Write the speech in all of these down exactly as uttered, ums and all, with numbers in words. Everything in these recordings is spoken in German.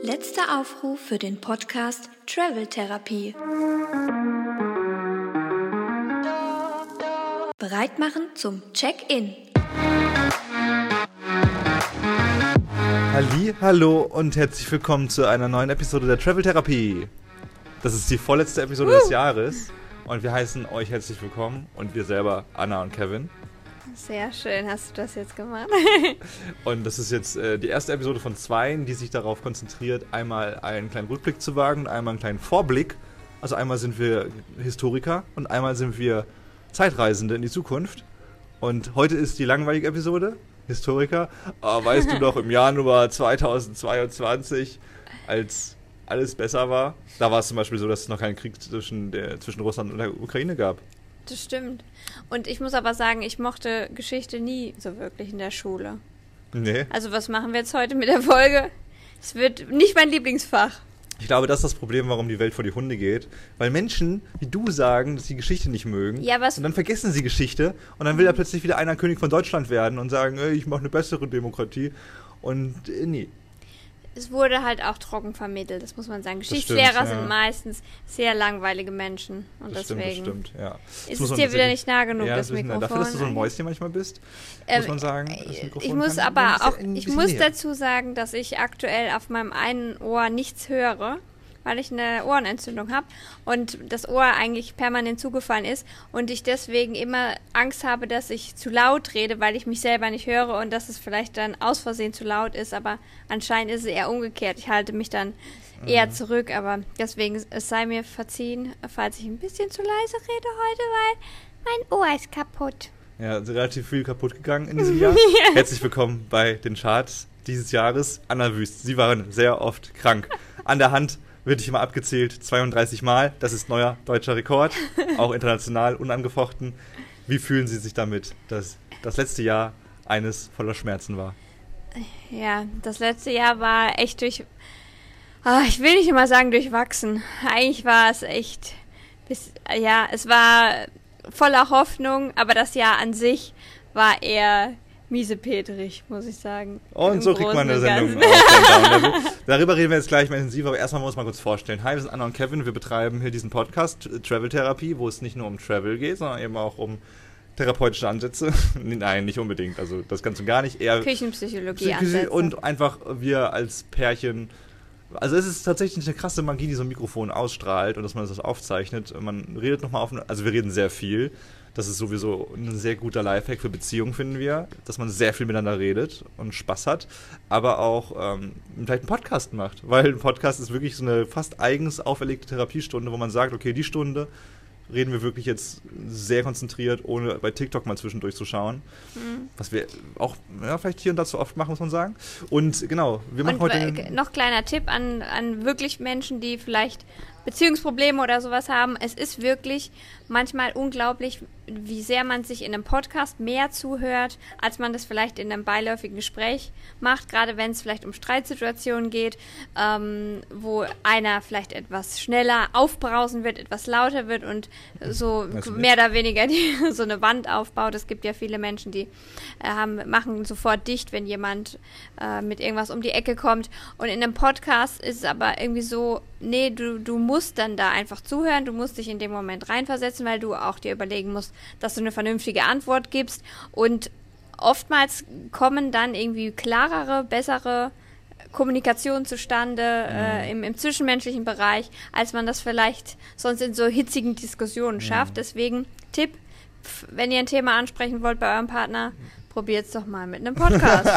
Letzter Aufruf für den Podcast Travel Therapie. Bereit machen zum Check-in. Halli, hallo und herzlich willkommen zu einer neuen Episode der Travel Therapie. Das ist die vorletzte Episode uh. des Jahres und wir heißen euch herzlich willkommen und wir selber, Anna und Kevin. Sehr schön, hast du das jetzt gemacht. Und das ist jetzt äh, die erste Episode von zwei, die sich darauf konzentriert, einmal einen kleinen Rückblick zu wagen und einmal einen kleinen Vorblick. Also einmal sind wir Historiker und einmal sind wir Zeitreisende in die Zukunft. Und heute ist die langweilige Episode, Historiker. Oh, weißt du noch, im Januar zweitausendzweiundzwanzig, als alles besser war, da war es zum Beispiel so, dass es noch keinen Krieg zwischen, der, zwischen Russland und der Ukraine gab. Das stimmt. Und ich muss aber sagen, ich mochte Geschichte nie so wirklich in der Schule. Nee. Also was machen wir jetzt heute mit der Folge? Es wird nicht mein Lieblingsfach. Ich glaube, das ist das Problem, warum die Welt vor die Hunde geht. Weil Menschen wie du sagen, dass sie Geschichte nicht mögen. Ja, was? Und dann vergessen sie Geschichte. Und dann will da plötzlich wieder einer König von Deutschland werden und sagen, ey, ich mache eine bessere Demokratie. Und äh, nee. Es wurde halt auch trocken vermittelt, das muss man sagen. Geschichtslehrer stimmt, ja. sind meistens sehr langweilige Menschen. Und das deswegen stimmt, das stimmt, ja. ist es dir wieder nicht nah genug, ja, das Mikrofon. Dafür, dass du so ein Mäuschen manchmal bist, ähm, muss man sagen. Das Mikrofon ich muss kann aber auch, bisschen, ich bisschen muss näher. dazu sagen, dass ich aktuell auf meinem einen Ohr nichts höre, weil ich eine Ohrenentzündung habe und das Ohr eigentlich permanent zugefallen ist und ich deswegen immer Angst habe, dass ich zu laut rede, weil ich mich selber nicht höre und dass es vielleicht dann aus Versehen zu laut ist, aber anscheinend ist es eher umgekehrt. Ich halte mich dann mhm. eher zurück, aber deswegen, es sei mir verziehen, falls ich ein bisschen zu leise rede heute, weil mein Ohr ist kaputt. Ja, also relativ viel kaputt gegangen in diesem Jahr. Ja. Herzlich willkommen bei den Charts dieses Jahres. Anna Wüst, Sie waren sehr oft krank. An der Hand wird ich immer abgezählt, zweiunddreißig Mal. Das ist neuer deutscher Rekord, auch international unangefochten. Wie fühlen Sie sich damit, dass das letzte Jahr eines voller Schmerzen war? Ja, das letzte Jahr war echt durch, oh, ich will nicht immer sagen durchwachsen. Eigentlich war es echt, bis, ja, es war voller Hoffnung, aber das Jahr an sich war eher miesepetrig, muss ich sagen. Und so kriegt man eine Sendung auf. Darüber reden wir jetzt gleich mal intensiv, aber erstmal muss man kurz vorstellen. Hi, wir sind Anna und Kevin, wir betreiben hier diesen Podcast Travel Therapie, wo es nicht nur um Travel geht, sondern eben auch um therapeutische Ansätze. Nein, nicht unbedingt, also das Ganze gar nicht. Eher Küchenpsychologie-Ansätze. Und einfach wir als Pärchen. Also es ist tatsächlich eine krasse Magie, die so ein Mikrofon ausstrahlt und dass man das aufzeichnet. Man redet nochmal auf, also wir reden sehr viel. Das ist sowieso ein sehr guter Lifehack für Beziehungen, finden wir, dass man sehr viel miteinander redet und Spaß hat, aber auch ähm, vielleicht einen Podcast macht, weil ein Podcast ist wirklich so eine fast eigens auferlegte Therapiestunde, wo man sagt, okay, die Stunde reden wir wirklich jetzt sehr konzentriert, ohne bei TikTok mal zwischendurch zu schauen, mhm. was wir auch ja, vielleicht hier und da zu oft machen, muss man sagen. Und genau, wir machen und, heute... Äh, noch kleiner Tipp an, an wirklich Menschen, die vielleicht Beziehungsprobleme oder sowas haben. Es ist wirklich manchmal unglaublich, wie sehr man sich in einem Podcast mehr zuhört, als man das vielleicht in einem beiläufigen Gespräch macht, gerade wenn es vielleicht um Streitsituationen geht, ähm, wo einer vielleicht etwas schneller aufbrausen wird, etwas lauter wird und so mehr oder weniger die, so eine Wand aufbaut. Es gibt ja viele Menschen, die äh, haben, machen sofort dicht, wenn jemand äh, mit irgendwas um die Ecke kommt. Und in einem Podcast ist es aber irgendwie so, nee, du, du musst dann da einfach zuhören, du musst dich in dem Moment reinversetzen, weil du auch dir überlegen musst, dass du eine vernünftige Antwort gibst und oftmals kommen dann irgendwie klarere, bessere Kommunikation zustande äh, im, im zwischenmenschlichen Bereich, als man das vielleicht sonst in so hitzigen Diskussionen schafft. Deswegen Tipp, f- wenn ihr ein Thema ansprechen wollt bei eurem Partner, probiert es doch mal mit einem Podcast.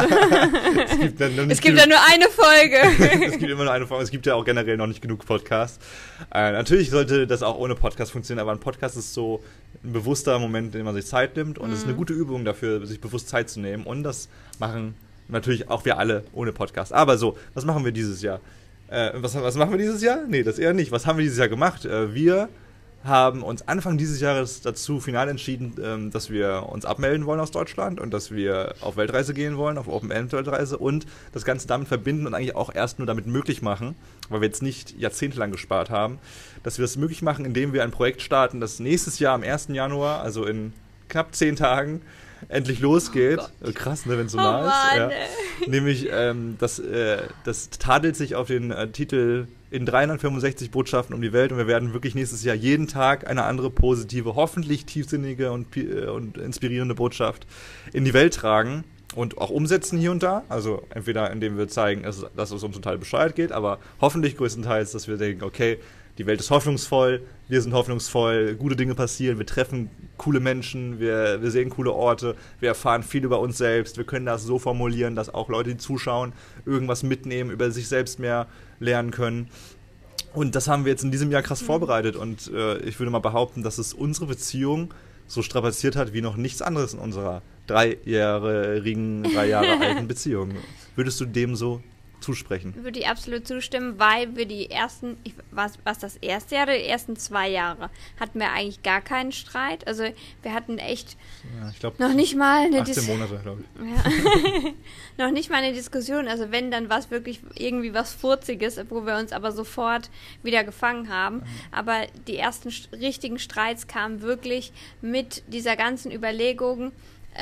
es gibt, dann es gibt ja nur eine Folge. Es gibt immer nur eine Folge. Es gibt ja auch generell noch nicht genug Podcasts. Äh, natürlich sollte das auch ohne Podcast funktionieren, aber ein Podcast ist so ein bewusster Moment, in dem man sich Zeit nimmt und es mhm. ist eine gute Übung dafür, sich bewusst Zeit zu nehmen und das machen natürlich auch wir alle ohne Podcast. Aber so, was machen wir dieses Jahr? Äh, was, was machen wir dieses Jahr? Nee, das eher nicht. Was haben wir dieses Jahr gemacht? Äh, wir haben uns Anfang dieses Jahres dazu final entschieden, ähm, dass wir uns abmelden wollen aus Deutschland und dass wir auf Weltreise gehen wollen, auf Open-End-Weltreise und das Ganze damit verbinden und eigentlich auch erst nur damit möglich machen, weil wir jetzt nicht jahrzehntelang gespart haben, dass wir das möglich machen, indem wir ein Projekt starten, das nächstes Jahr am ersten Januar, also in knapp zehn Tagen, endlich losgeht. Oh Krass, ne, wenn es so Oh nah ist. Mann, Ja. ey. Nämlich, ähm, das, äh, das tadelt sich auf den äh, Titel in dreihundertfünfundsechzig Botschaften um die Welt und wir werden wirklich nächstes Jahr jeden Tag eine andere positive, hoffentlich tiefsinnige und, pi- äh, und inspirierende Botschaft in die Welt tragen und auch umsetzen hier und da. Also entweder indem wir zeigen, dass, dass es uns total bescheuert geht, aber hoffentlich größtenteils, dass wir denken, okay, die Welt ist hoffnungsvoll, wir sind hoffnungsvoll, gute Dinge passieren, wir treffen coole Menschen, wir, wir sehen coole Orte, wir erfahren viel über uns selbst, wir können das so formulieren, dass auch Leute, die zuschauen, irgendwas mitnehmen, über sich selbst mehr lernen können. Und das haben wir jetzt in diesem Jahr krass mhm. vorbereitet und äh, ich würde mal behaupten, dass es unsere Beziehung so strapaziert hat wie noch nichts anderes in unserer dreijährigen, drei Jahre alten Beziehung. Würdest du dem so zusprechen? Würde ich absolut zustimmen, weil wir die ersten, ich, was, was das erste Jahr oder die ersten zwei Jahre, hatten wir eigentlich gar keinen Streit. Also wir hatten echt ja, ich glaub, noch nicht mal eine achtzehn Dis- Monate, glaube ich. Ja. noch nicht mal eine Diskussion. Also wenn, dann war es wirklich irgendwie was Furziges, wo wir uns aber sofort wieder gefangen haben. Mhm. Aber die ersten st- richtigen Streits kamen wirklich mit dieser ganzen Überlegung,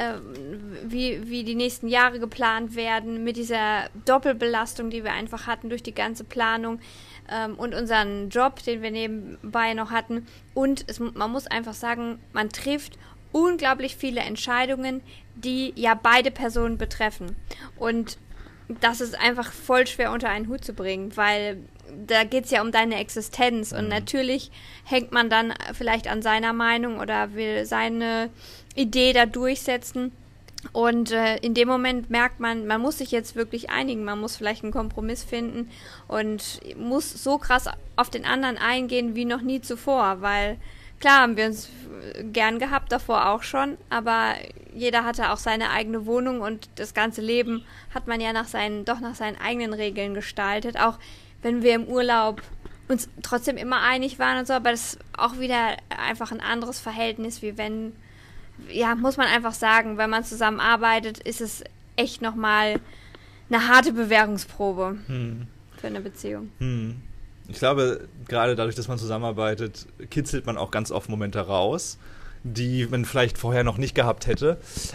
Wie, wie die nächsten Jahre geplant werden, mit dieser Doppelbelastung, die wir einfach hatten durch die ganze Planung ähm, und unseren Job, den wir nebenbei noch hatten. Und es, man muss einfach sagen, man trifft unglaublich viele Entscheidungen, die ja beide Personen betreffen. Und das ist einfach voll schwer unter einen Hut zu bringen, weil da geht es ja um deine Existenz. Und natürlich hängt man dann vielleicht an seiner Meinung oder will seine Idee da durchsetzen. Und äh, in dem Moment merkt man, man muss sich jetzt wirklich einigen, man muss vielleicht einen Kompromiss finden und muss so krass auf den anderen eingehen wie noch nie zuvor, weil klar haben wir uns gern gehabt, davor auch schon, aber jeder hatte auch seine eigene Wohnung und das ganze Leben hat man ja nach seinen, doch nach seinen eigenen Regeln gestaltet, auch wenn wir im Urlaub uns trotzdem immer einig waren und so, aber das ist auch wieder einfach ein anderes Verhältnis, wie wenn, ja, muss man einfach sagen, wenn man zusammenarbeitet, ist es echt nochmal eine harte Bewährungsprobe hm. für eine Beziehung. Hm. Ich glaube, gerade dadurch, dass man zusammenarbeitet, kitzelt man auch ganz oft Momente raus, die man vielleicht vorher noch nicht gehabt hätte.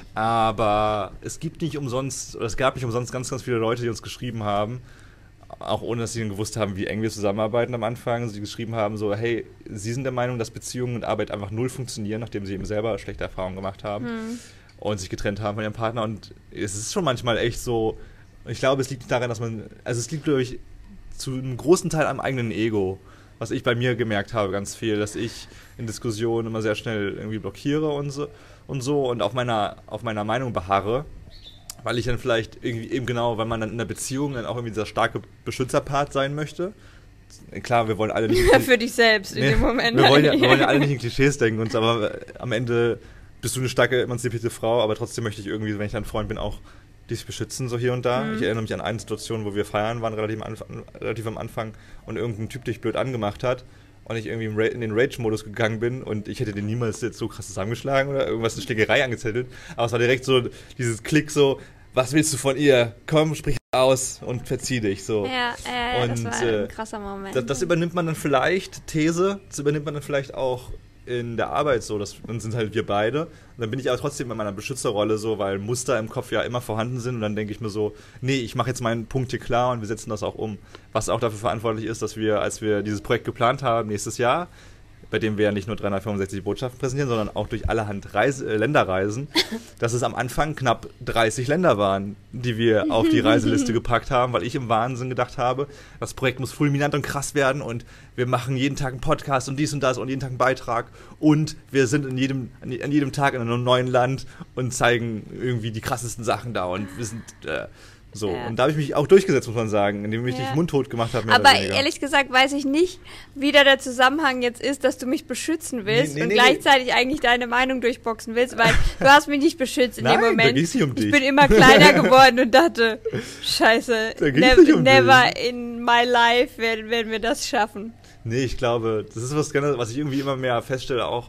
Aber es gibt nicht umsonst, oder es gab nicht umsonst ganz, ganz viele Leute, die uns geschrieben haben, auch ohne, dass sie gewusst haben, wie eng wir zusammenarbeiten am Anfang. Sie geschrieben haben so, hey, Sie sind der Meinung, dass Beziehungen und Arbeit einfach null funktionieren, nachdem sie eben selber schlechte Erfahrungen gemacht haben hm. und sich getrennt haben von ihrem Partner. Und es ist schon manchmal echt so, ich glaube, es liegt daran, dass man, also es liegt, glaube ich, zu einem großen Teil am eigenen Ego, was ich bei mir gemerkt habe, ganz viel, dass ich in Diskussionen immer sehr schnell irgendwie blockiere und so und so und auf meiner, auf meiner Meinung beharre, weil ich dann vielleicht irgendwie eben genau, weil man dann in der Beziehung dann auch irgendwie dieser starke Beschützerpart sein möchte. Klar, wir wollen alle nicht... Für dich selbst in nee, dem Moment. Wir wollen, ja, wir wollen ja alle nicht in Klischees denken, uns, aber am Ende bist du eine starke, emanzipierte Frau, aber trotzdem möchte ich irgendwie, wenn ich dein Freund bin, auch dich beschützen, so hier und da. Mhm. Ich erinnere mich an eine Situation, wo wir feiern waren, relativ am Anfang, relativ am Anfang und irgendein Typ dich blöd angemacht hat und ich irgendwie in den Rage-Modus gegangen bin und ich hätte den niemals jetzt so krass zusammengeschlagen oder irgendwas, eine Schlägerei angezettelt, aber es war direkt so dieses Klick so, was willst du von ihr? Komm, sprich aus und verzieh dich. So. Ja, äh, und, das war ein äh, krasser Moment. Das, das übernimmt man dann vielleicht, These, das übernimmt man dann vielleicht auch in der Arbeit so, das, dann sind halt wir beide. Und dann bin ich aber trotzdem in meiner Beschützerrolle so, weil Muster im Kopf ja immer vorhanden sind und dann denke ich mir so, nee, ich mache jetzt meinen Punkt hier klar und wir setzen das auch um. Was auch dafür verantwortlich ist, dass wir, als wir dieses Projekt geplant haben, nächstes Jahr, bei dem wir ja nicht nur dreihundertfünfundsechzig Botschaften präsentieren, sondern auch durch allerhand Reise, äh, Länderreisen, dass es am Anfang knapp dreißig Länder waren, die wir auf die Reiseliste gepackt haben, weil ich im Wahnsinn gedacht habe, das Projekt muss fulminant und krass werden und wir machen jeden Tag einen Podcast und dies und das und jeden Tag einen Beitrag und wir sind in jedem, an jedem Tag in einem neuen Land und zeigen irgendwie die krassesten Sachen da und wir sind... Äh, So, ja. Und da habe ich mich auch durchgesetzt, muss man sagen, indem ich ja. dich mundtot gemacht habe. Aber ehrlich gesagt weiß ich nicht, wie da der Zusammenhang jetzt ist, dass du mich beschützen willst nee, nee, und nee, gleichzeitig nee. eigentlich deine Meinung durchboxen willst, weil du hast mich nicht beschützt in Nein, dem Moment. Da ging's nicht um dich. Ich bin immer kleiner geworden und dachte, scheiße, nev- um never dich. in my life werden, werden wir das schaffen. Nee, ich glaube, das ist was, was ich irgendwie immer mehr feststelle, auch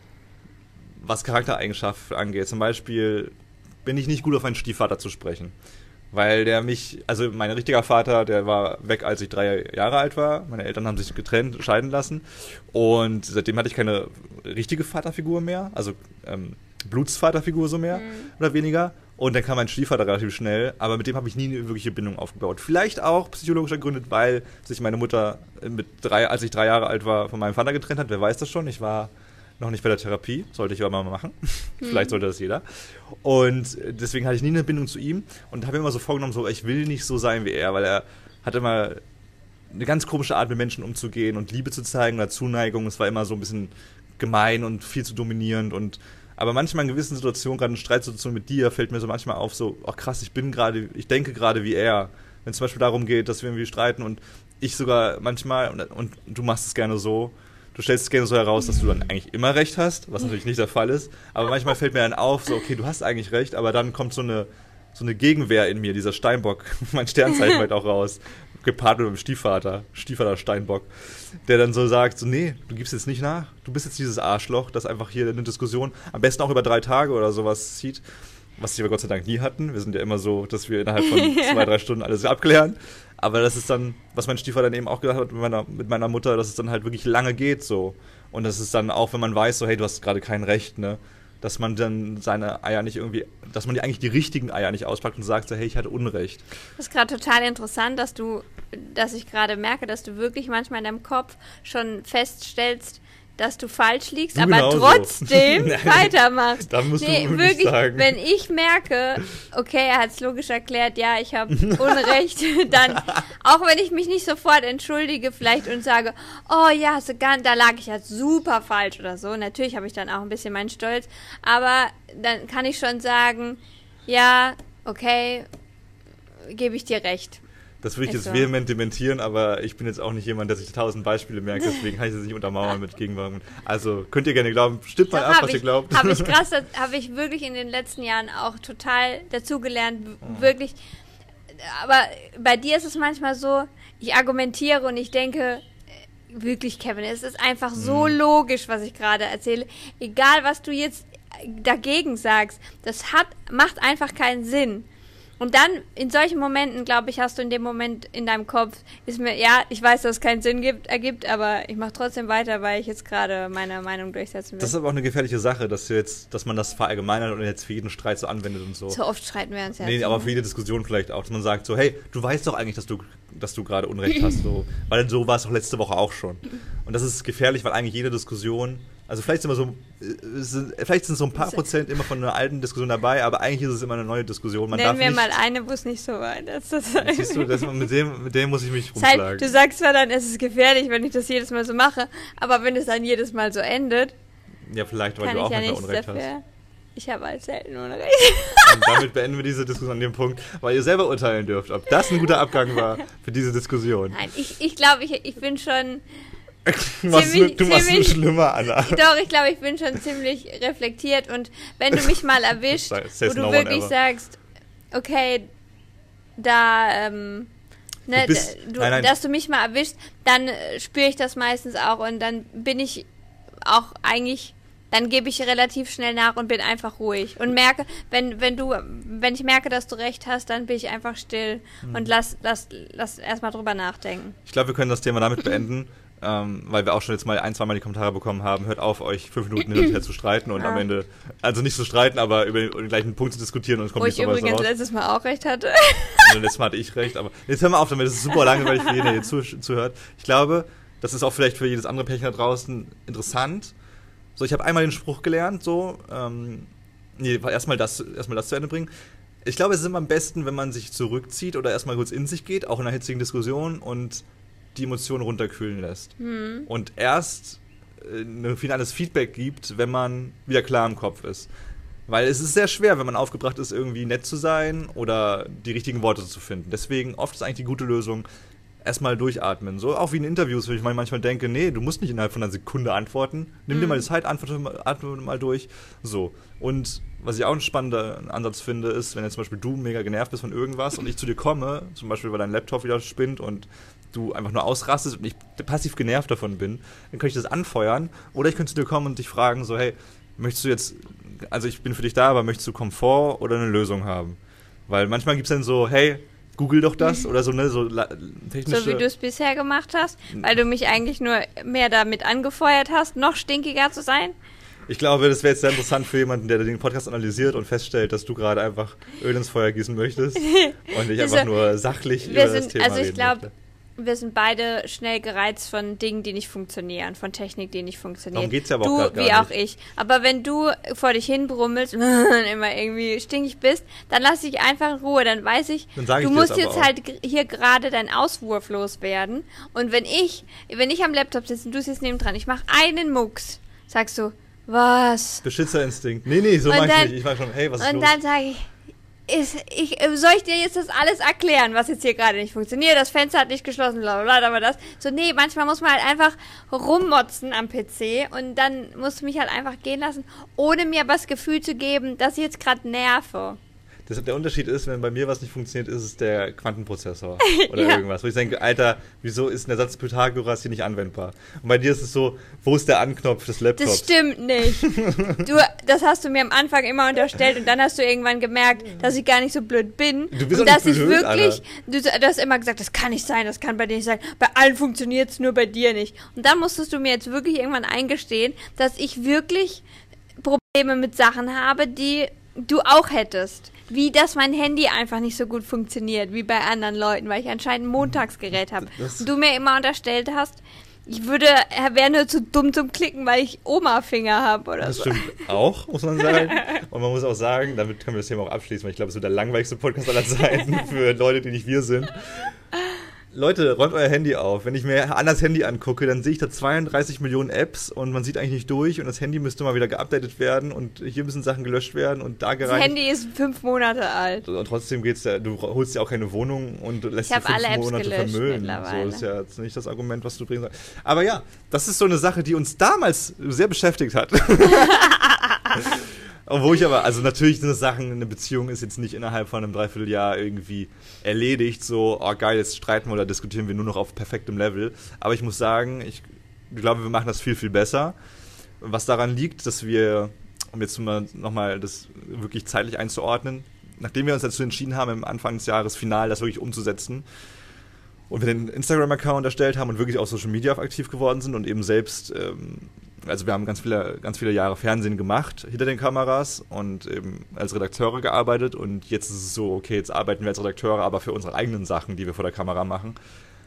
was Charaktereigenschaften angeht. Zum Beispiel bin ich nicht gut auf meinen Stiefvater zu sprechen. Weil der mich, also mein richtiger Vater, der war weg, als ich drei Jahre alt war. Meine Eltern haben sich getrennt, scheiden lassen. Und seitdem hatte ich keine richtige Vaterfigur mehr. Also ähm, Blutsvaterfigur so mehr Mhm. oder weniger. Und dann kam mein Stiefvater relativ schnell, aber mit dem habe ich nie eine wirkliche Bindung aufgebaut. Vielleicht auch psychologisch ergründet, weil sich meine Mutter mit drei, als ich drei Jahre alt war, von meinem Vater getrennt hat. Wer weiß das schon? Ich war noch nicht bei der Therapie, sollte ich aber mal machen. Mhm. Vielleicht sollte das jeder. Und deswegen hatte ich nie eine Bindung zu ihm und habe mir immer so vorgenommen, so, ich will nicht so sein wie er, weil er hat immer eine ganz komische Art, mit Menschen umzugehen und Liebe zu zeigen oder Zuneigung. Es war immer so ein bisschen gemein und viel zu dominierend und aber manchmal in gewissen Situationen, gerade in Streitsituationen mit dir, fällt mir so manchmal auf, so, ach krass, ich bin gerade, ich denke gerade wie er. Wenn es zum Beispiel darum geht, dass wir irgendwie streiten und ich sogar manchmal, und, und du machst es gerne so, du stellst es gerne so heraus, dass du dann eigentlich immer recht hast, was natürlich nicht der Fall ist, aber manchmal fällt mir dann auf, so, okay, du hast eigentlich recht, aber dann kommt so eine, so eine Gegenwehr in mir, dieser Steinbock, mein Sternzeichen halt auch raus, gepaart mit dem Stiefvater, Stiefvater Steinbock, der dann so sagt, so, nee, du gibst jetzt nicht nach, du bist jetzt dieses Arschloch, das einfach hier eine Diskussion, am besten auch über drei Tage oder sowas zieht, was wir Gott sei Dank nie hatten. Wir sind ja immer so, dass wir innerhalb von ja. zwei, drei Stunden alles abklären. Aber das ist dann, was mein Stiefvater dann eben auch gesagt hat mit meiner, mit meiner Mutter, dass es dann halt wirklich lange geht so. Und das ist dann auch, wenn man weiß, so, hey, du hast gerade kein Recht, ne, dass man dann seine Eier nicht irgendwie, dass man die eigentlich die richtigen Eier nicht auspackt und sagt so, hey, ich hatte Unrecht. Das ist gerade total interessant, dass du, dass ich gerade merke, dass du wirklich manchmal in deinem Kopf schon feststellst, dass du falsch liegst, du aber genauso. trotzdem weitermachst. Da musst nee, du wirklich, wirklich sagen. Wenn ich merke, okay, er hat es logisch erklärt, ja, ich habe Unrecht, dann, auch wenn ich mich nicht sofort entschuldige vielleicht und sage, oh ja, hast du gar, da lag ich ja super falsch oder so, natürlich habe ich dann auch ein bisschen meinen Stolz, aber dann kann ich schon sagen, ja, okay, gebe ich dir recht. Das würde ich Ist jetzt so. vehement dementieren, aber ich bin jetzt auch nicht jemand, der sich tausend Beispiele merkt, deswegen kann ich das nicht untermauern mit Gegenwarten. Also könnt ihr gerne glauben, stimmt mal ab, was ich, ihr glaubt. Habe ich krass, habe ich wirklich in den letzten Jahren auch total dazugelernt, w- wirklich. Aber bei dir ist es manchmal so, ich argumentiere und ich denke, äh, wirklich, Kevin, es ist einfach so Mhm. logisch, was ich gerade erzähle. Egal, was du jetzt dagegen sagst, das hat, macht einfach keinen Sinn. Und dann, in solchen Momenten, glaube ich, hast du in dem Moment in deinem Kopf, ist mir, ja, ich weiß, dass es keinen Sinn gibt, ergibt, aber ich mache trotzdem weiter, weil ich jetzt gerade meine Meinung durchsetzen will. Das ist aber auch eine gefährliche Sache, dass du jetzt, dass man das verallgemeinert und jetzt für jeden Streit so anwendet und so. So oft streiten wir uns ja. Nee, zu. aber für jede Diskussion vielleicht auch, dass man sagt so, hey, du weißt doch eigentlich, dass du, dass du gerade Unrecht hast, so. Weil so war es doch letzte Woche auch schon. Und das ist gefährlich, weil eigentlich jede Diskussion, also vielleicht sind wir so, äh, sind, vielleicht sind so ein paar Prozent immer von einer alten Diskussion dabei, aber eigentlich ist es immer eine neue Diskussion. Man Nennen darf wir nicht, mal eine, wo es nicht so war. Das, das siehst du, das, mit, dem, mit dem muss ich mich das heißt, rumschlagen. du sagst zwar dann, es ist gefährlich, wenn ich das jedes Mal so mache, aber wenn es dann jedes Mal so endet, Ja, vielleicht, weil kann du ich auch ja manchmal nichts Unrecht dafür. hast. Ich habe halt selten Unrecht. Und damit beenden wir diese Diskussion an dem Punkt, weil ihr selber urteilen dürft, ob das ein guter Abgang war für diese Diskussion. Nein, ich, ich glaube, ich, ich bin schon... Du machst, ziemlich- du machst ziemlich- nur schlimmer, Anna. Doch, ich glaube, ich bin schon ziemlich reflektiert und wenn du mich mal erwischt, Says wo du no one wirklich ever. sagst, okay, da, ähm, ne, Du bist- d- du, nein, nein. dass du mich mal erwischt, dann äh, spüre ich das meistens auch und dann bin ich auch eigentlich, dann gebe ich relativ schnell nach und bin einfach ruhig und merke, wenn, wenn du, wenn ich merke, dass du recht hast, dann bin ich einfach still Hm. und lass, lass, lass erstmal drüber nachdenken. Ich glaube, wir können das Thema damit beenden, ähm, weil wir auch schon jetzt mal ein, zwei Mal die Kommentare bekommen haben. Hört auf, euch fünf Minuten hin und her zu streiten und Ja. am Ende, also nicht zu streiten, aber über den gleichen Punkt zu diskutieren und es kommt Wo nicht ich so was übrigens raus. letztes Mal auch recht hatte. Und letztes Mal hatte ich recht, aber jetzt hör mal auf damit, das ist super langweilig für jeden, der hier zu, zuhört. Ich glaube, das ist auch vielleicht für jedes andere Pärchen da draußen interessant. So, ich habe einmal den Spruch gelernt, so, ähm, nee, erstmal das, erstmal das zu Ende bringen. Ich glaube, es ist immer am besten, wenn man sich zurückzieht oder erstmal kurz in sich geht, auch in einer hitzigen Diskussion und die Emotionen runterkühlen lässt. Hm. Und erst äh, ein finales Feedback gibt, wenn man wieder klar im Kopf ist. Weil es ist sehr schwer, wenn man aufgebracht ist, irgendwie nett zu sein oder die richtigen Worte zu finden. Deswegen oft ist eigentlich die gute Lösung, erstmal durchatmen. So auch wie in Interviews, wo ich manchmal denke, nee, du musst nicht innerhalb von einer Sekunde antworten. Nimm dir mal die Zeit, antworte mal, atme mal durch. So. Und was ich auch einen spannenden Ansatz finde, ist, wenn jetzt zum Beispiel du mega genervt bist von irgendwas und ich zu dir komme, zum Beispiel, weil dein Laptop wieder spinnt und du einfach nur ausrastest und ich passiv genervt davon bin, dann könnte ich das anfeuern. Oder ich könnte zu dir kommen und dich fragen, so, hey, möchtest du jetzt, also ich bin für dich da, aber möchtest du Komfort oder eine Lösung haben? Weil manchmal gibt es dann so, hey, google doch das oder so, ne, so la- technische... So wie du es bisher gemacht hast, weil du mich eigentlich nur mehr damit angefeuert hast, noch stinkiger zu sein. Ich glaube, das wäre jetzt sehr interessant für jemanden, der den Podcast analysiert und feststellt, dass du gerade einfach Öl ins Feuer gießen möchtest und ich einfach nur sachlich über sind, das Thema also ich reden glaub, möchte. Wir sind beide schnell gereizt von Dingen, die nicht funktionieren, von Technik, die nicht funktioniert. Darum geht's ja aber du, auch grad gar wie auch nicht. ich. Aber wenn du vor dich hin brummelst und immer irgendwie stinkig bist, dann lass dich einfach in Ruhe. Dann weiß ich, Dann sag ich du dir musst das aber jetzt auch. halt g- hier gerade deinen Auswurf loswerden. Und wenn ich, wenn ich am Laptop sitze und du sitzt nebendran, ich mache einen Mucks, sagst du, was? Beschützerinstinkt. Nee, nee, so Und mach ich dann- nicht. Ich mach schon, hey, was ist Und los? dann sage ich, ist, ich, äh, soll ich dir jetzt das alles erklären, was jetzt hier gerade nicht funktioniert? Das Fenster hat nicht geschlossen, bla bla bla, aber das. So, nee, manchmal muss man halt einfach rummotzen am P C und dann musst du mich halt einfach gehen lassen, ohne mir aber das Gefühl zu geben, dass ich jetzt gerade nerve. Das, der Unterschied ist, wenn bei mir was nicht funktioniert, ist es der Quantenprozessor oder Ja. irgendwas. Wo ich denke, Alter, wieso ist der Satz Pythagoras hier nicht anwendbar? Und bei dir ist es so, wo ist der Anknopf des Laptops? Das stimmt nicht. Du, das hast du mir am Anfang immer unterstellt und dann hast du irgendwann gemerkt, dass ich gar nicht so blöd bin. Du bist und doch dass nicht ich blöd, wirklich, du, du hast immer gesagt, das kann nicht sein, das kann bei dir nicht sein. Bei allen funktioniert es, nur bei dir nicht. Und dann musstest du mir jetzt wirklich irgendwann eingestehen, dass ich wirklich Probleme mit Sachen habe, die du auch hättest. Wie, dass mein Handy einfach nicht so gut funktioniert, wie bei anderen Leuten, weil ich anscheinend ein Montagsgerät habe. Das- Und du mir immer unterstellt hast, ich würde, er wäre nur zu dumm zum Klicken, weil ich Oma-Finger habe oder Das so. stimmt auch, muss man sagen. Und man muss auch sagen, damit können wir das Thema auch abschließen, weil ich glaube, es wird der langweiligste Podcast aller Zeiten für Leute, die nicht wir sind. Leute, räumt euer Handy auf. Wenn ich mir an das Handy angucke, dann sehe ich da zweiunddreißig Millionen Apps und man sieht eigentlich nicht durch und das Handy müsste mal wieder geupdatet werden und hier müssen Sachen gelöscht werden und da Das gereinigt. Handy ist fünf Monate alt. Und trotzdem geht's ja, du holst ja auch keine Wohnung und lässt Ich sie hab fünf alle Apps Monate gelöscht vermüllen. mittlerweile. So, das ist ja jetzt nicht das Argument, was du bringen sollst. Aber ja, das ist so eine Sache, die uns damals sehr beschäftigt hat. Obwohl ich aber, also natürlich sind das Sachen, eine Beziehung ist jetzt nicht innerhalb von einem Dreivierteljahr irgendwie erledigt, so, oh geil, jetzt streiten wir oder diskutieren wir nur noch auf perfektem Level. Aber ich muss sagen, ich glaube, wir machen das viel, viel besser. Was daran liegt, dass wir, um jetzt mal nochmal das wirklich zeitlich einzuordnen, nachdem wir uns dazu entschieden haben, im Anfang des Jahres final das wirklich umzusetzen und wir den Instagram-Account erstellt haben und wirklich auf Social Media aktiv geworden sind und eben selbst, ähm, also wir haben ganz viele, ganz viele Jahre Fernsehen gemacht hinter den Kameras und eben als Redakteure gearbeitet und jetzt ist es so, okay, jetzt arbeiten wir als Redakteure, aber für unsere eigenen Sachen, die wir vor der Kamera machen.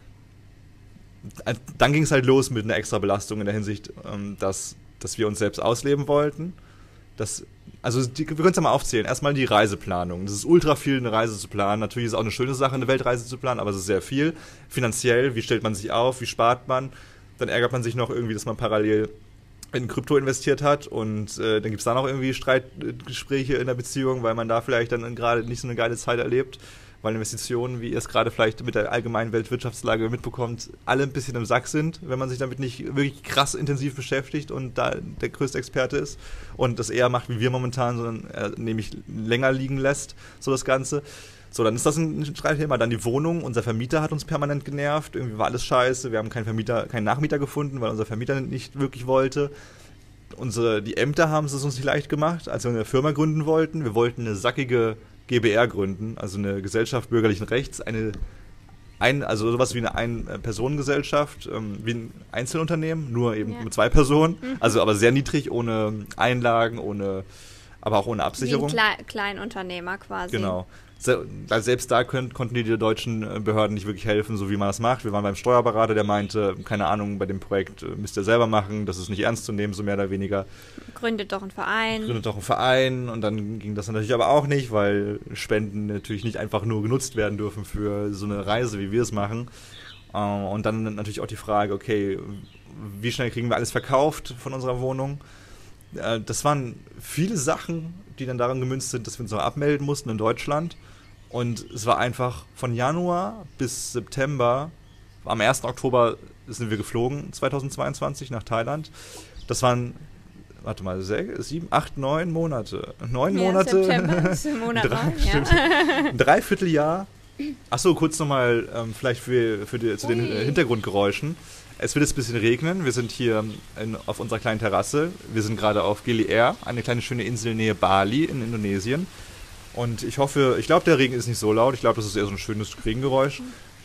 Dann ging es halt los mit einer extra Belastung in der Hinsicht, ähm, dass, dass wir uns selbst ausleben wollten. Das, also die, wir können es ja mal aufzählen. Erstmal die Reiseplanung. Das ist ultra viel, eine Reise zu planen. Natürlich ist es auch eine schöne Sache, eine Weltreise zu planen, aber es ist sehr viel. Finanziell, wie stellt man sich auf, wie spart man? Dann ärgert man sich noch irgendwie, dass man parallel in Krypto investiert hat und äh, dann gibt es da noch irgendwie Streitgespräche in der Beziehung, weil man da vielleicht dann gerade nicht so eine geile Zeit erlebt, weil Investitionen, wie ihr es gerade vielleicht mit der allgemeinen Weltwirtschaftslage mitbekommt, alle ein bisschen im Sack sind, wenn man sich damit nicht wirklich krass intensiv beschäftigt und da der größte Experte ist und das eher macht wie wir momentan, sondern äh, nämlich länger liegen lässt, so das Ganze. So, dann ist das ein Streitthema. Dann die Wohnung. Unser Vermieter hat uns permanent genervt. Irgendwie war alles scheiße. Wir haben keinen Vermieter, keinen Nachmieter gefunden, weil unser Vermieter nicht wirklich wollte. Unsere, die Ämter haben es uns nicht leicht gemacht, als wir eine Firma gründen wollten. Wir wollten eine sackige G b R gründen, also eine Gesellschaft bürgerlichen Rechts, eine ein, also sowas wie eine Ein-Personen-Gesellschaft, ähm, wie ein Einzelunternehmen, nur eben Ja. mit zwei Personen, Mhm. also aber sehr niedrig, ohne Einlagen, ohne, aber auch ohne Absicherung. Wie ein Kle Kleinunternehmer quasi. Genau. Se- weil selbst da können, konnten die, die deutschen äh, Behörden nicht wirklich helfen, so wie man das macht. Wir waren beim Steuerberater, der meinte, keine Ahnung, bei dem Projekt äh, müsst ihr selber machen, das ist nicht ernst zu nehmen, so mehr oder weniger. Gründet doch einen Verein. Gründet doch einen Verein und dann ging das natürlich aber auch nicht, weil Spenden natürlich nicht einfach nur genutzt werden dürfen für so eine Reise, wie wir es machen. Äh, und dann natürlich auch die Frage, okay, wie schnell kriegen wir alles verkauft von unserer Wohnung? Äh, das waren viele Sachen, die dann daran gemünzt sind, dass wir uns noch abmelden mussten in Deutschland. Und es war einfach von Januar bis September, am ersten Oktober sind wir geflogen, zweitausendzweiundzwanzig nach Thailand. Das waren, warte mal, sechs, sieben, acht, neun Monate. Neun Ja, Monate. September ist im Monat Drei, noch, stimmt. ja. Ein Dreivierteljahr. Achso, kurz nochmal ähm, vielleicht für, für die, zu den äh, Hintergrundgeräuschen. Es wird jetzt ein bisschen regnen. Wir sind hier in, auf unserer kleinen Terrasse. Wir sind gerade auf Gili Air, eine kleine schöne Insel nähe Bali in Indonesien. Und ich hoffe, ich glaube, der Regen ist nicht so laut. Ich glaube, das ist eher so ein schönes Regengeräusch.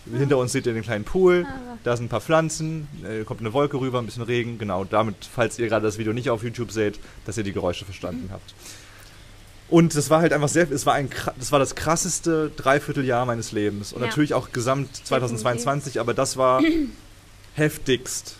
Hinter uns seht ihr den kleinen Pool, da sind ein paar Pflanzen, äh, kommt eine Wolke rüber, ein bisschen Regen. Genau, damit, falls ihr gerade das Video nicht auf YouTube seht, dass ihr die Geräusche verstanden mhm. habt. Und das war halt einfach sehr, es war ein, das war das krasseste Dreivierteljahr meines Lebens. Und ja. natürlich auch gesamt zweitausendzweiundzwanzig, aber das war heftigst.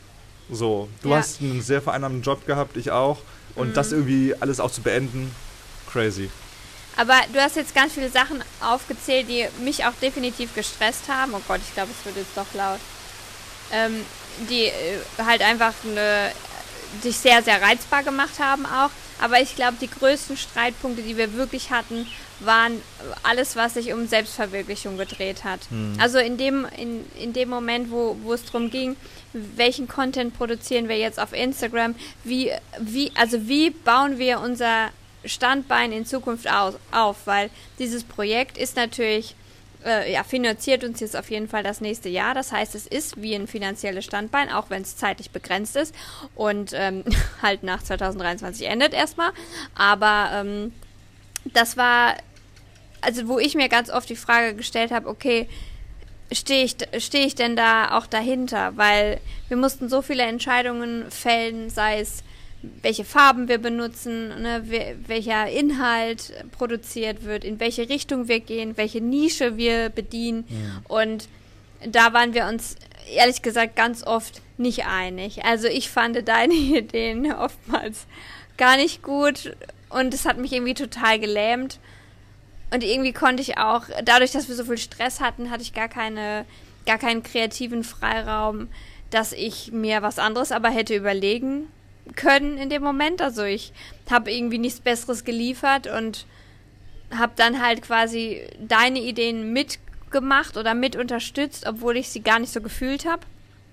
So, du ja. hast einen sehr vereinnahmenden Job gehabt, ich auch. Und mhm. das irgendwie alles auch zu beenden, crazy. Aber du hast jetzt ganz viele Sachen aufgezählt, die mich auch definitiv gestresst haben. Oh Gott, ich glaube, es wird jetzt doch laut. Ähm, die äh, halt einfach eine, dich sehr, sehr reizbar gemacht haben auch. Aber ich glaube, die größten Streitpunkte, die wir wirklich hatten, waren alles, was sich um Selbstverwirklichung gedreht hat. Hm. Also in dem, in, in dem Moment, wo, wo es darum ging, welchen Content produzieren wir jetzt auf Instagram, wie, wie, also wie bauen wir unser Standbein in Zukunft aus, auf, weil dieses Projekt ist natürlich, äh, ja, finanziert uns jetzt auf jeden Fall das nächste Jahr. Das heißt, es ist wie ein finanzielles Standbein, auch wenn es zeitlich begrenzt ist und ähm, halt nach zweitausenddreiundzwanzig endet erstmal. Aber ähm, das war, also wo ich mir ganz oft die Frage gestellt habe, okay, stehe ich, stehe ich denn da auch dahinter? Weil wir mussten so viele Entscheidungen fällen, sei es welche Farben wir benutzen, ne, welcher Inhalt produziert wird, in welche Richtung wir gehen, welche Nische wir bedienen. Ja. Und da waren wir uns ehrlich gesagt ganz oft nicht einig. Also ich fand deine Ideen oftmals gar nicht gut und es hat mich irgendwie total gelähmt. Und irgendwie konnte ich auch, dadurch, dass wir so viel Stress hatten, hatte ich gar keine, gar keinen kreativen Freiraum, dass ich mir was anderes aber hätte überlegen können in dem Moment. Also ich habe irgendwie nichts Besseres geliefert und habe dann halt quasi deine Ideen mitgemacht oder mit unterstützt, obwohl ich sie gar nicht so gefühlt habe.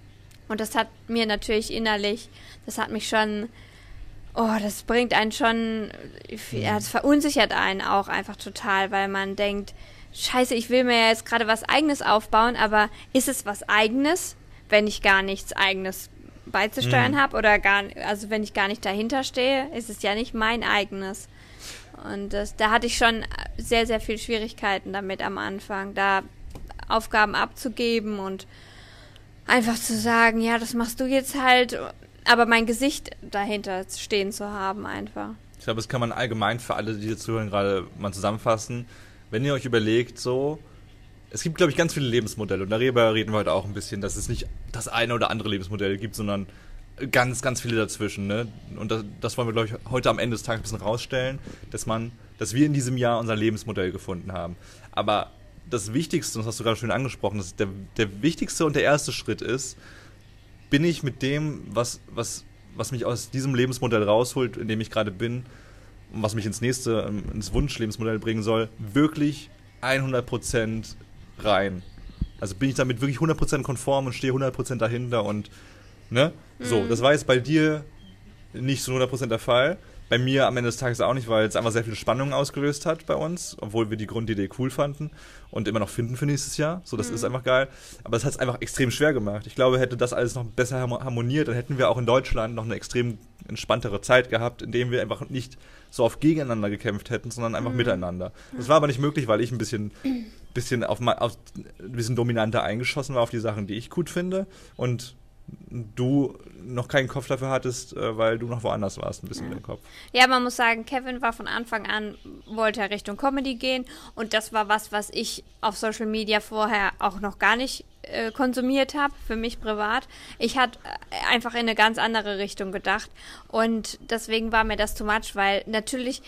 Und das hat mir natürlich innerlich, das hat mich schon, oh, das bringt einen schon, ja, das verunsichert einen auch einfach total, weil man denkt, scheiße, ich will mir ja jetzt gerade was Eigenes aufbauen, aber ist es was Eigenes, wenn ich gar nichts Eigenes beizusteuern mhm. habe oder gar, also wenn ich gar nicht dahinter stehe, ist es ja nicht mein eigenes. Und das, da hatte ich schon sehr, sehr viel Schwierigkeiten damit am Anfang, da Aufgaben abzugeben und einfach zu sagen, ja, das machst du jetzt halt, aber mein Gesicht dahinter stehen zu haben einfach. Ich glaube, das kann man allgemein für alle, die hier zuhören, gerade mal zusammenfassen. Wenn ihr euch überlegt, so, es gibt, glaube ich, ganz viele Lebensmodelle und darüber reden wir heute auch ein bisschen, dass es nicht das eine oder andere Lebensmodell gibt, sondern ganz, ganz viele dazwischen, ne? Und das, das wollen wir, glaube ich, heute am Ende des Tages ein bisschen rausstellen, dass man, dass wir in diesem Jahr unser Lebensmodell gefunden haben. Aber das Wichtigste, und das hast du gerade schön angesprochen, dass der, der wichtigste und der erste Schritt ist, bin ich mit dem, was, was, was mich aus diesem Lebensmodell rausholt, in dem ich gerade bin und was mich ins nächste, ins Wunschlebensmodell bringen soll, wirklich hundert Prozent rein. Also bin ich damit wirklich hundert Prozent konform und stehe hundert Prozent dahinter und, ne? Mhm. So, das war jetzt bei dir nicht so hundert Prozent der Fall. Bei mir am Ende des Tages auch nicht, weil es einfach sehr viel Spannung ausgelöst hat bei uns, obwohl wir die Grundidee cool fanden und immer noch finden für nächstes Jahr. So, das mhm. ist einfach geil. Aber es hat es einfach extrem schwer gemacht. Ich glaube, hätte das alles noch besser harmoniert, dann hätten wir auch in Deutschland noch eine extrem entspanntere Zeit gehabt, in dem wir einfach nicht so auf gegeneinander gekämpft hätten, sondern einfach mhm. miteinander. Das war aber nicht möglich, weil ich ein bisschen, bisschen, auf, auf, ein bisschen dominanter eingeschossen war auf die Sachen, die ich gut finde und du noch keinen Kopf dafür hattest, weil du noch woanders warst, ein bisschen ja. mit dem Kopf. Ja, man muss sagen, Kevin war von Anfang an, wollte Richtung Comedy gehen und das war was, was ich auf Social Media vorher auch noch gar nicht äh, konsumiert habe, für mich privat. Ich hatte einfach in eine ganz andere Richtung gedacht und deswegen war mir das too much, weil natürlich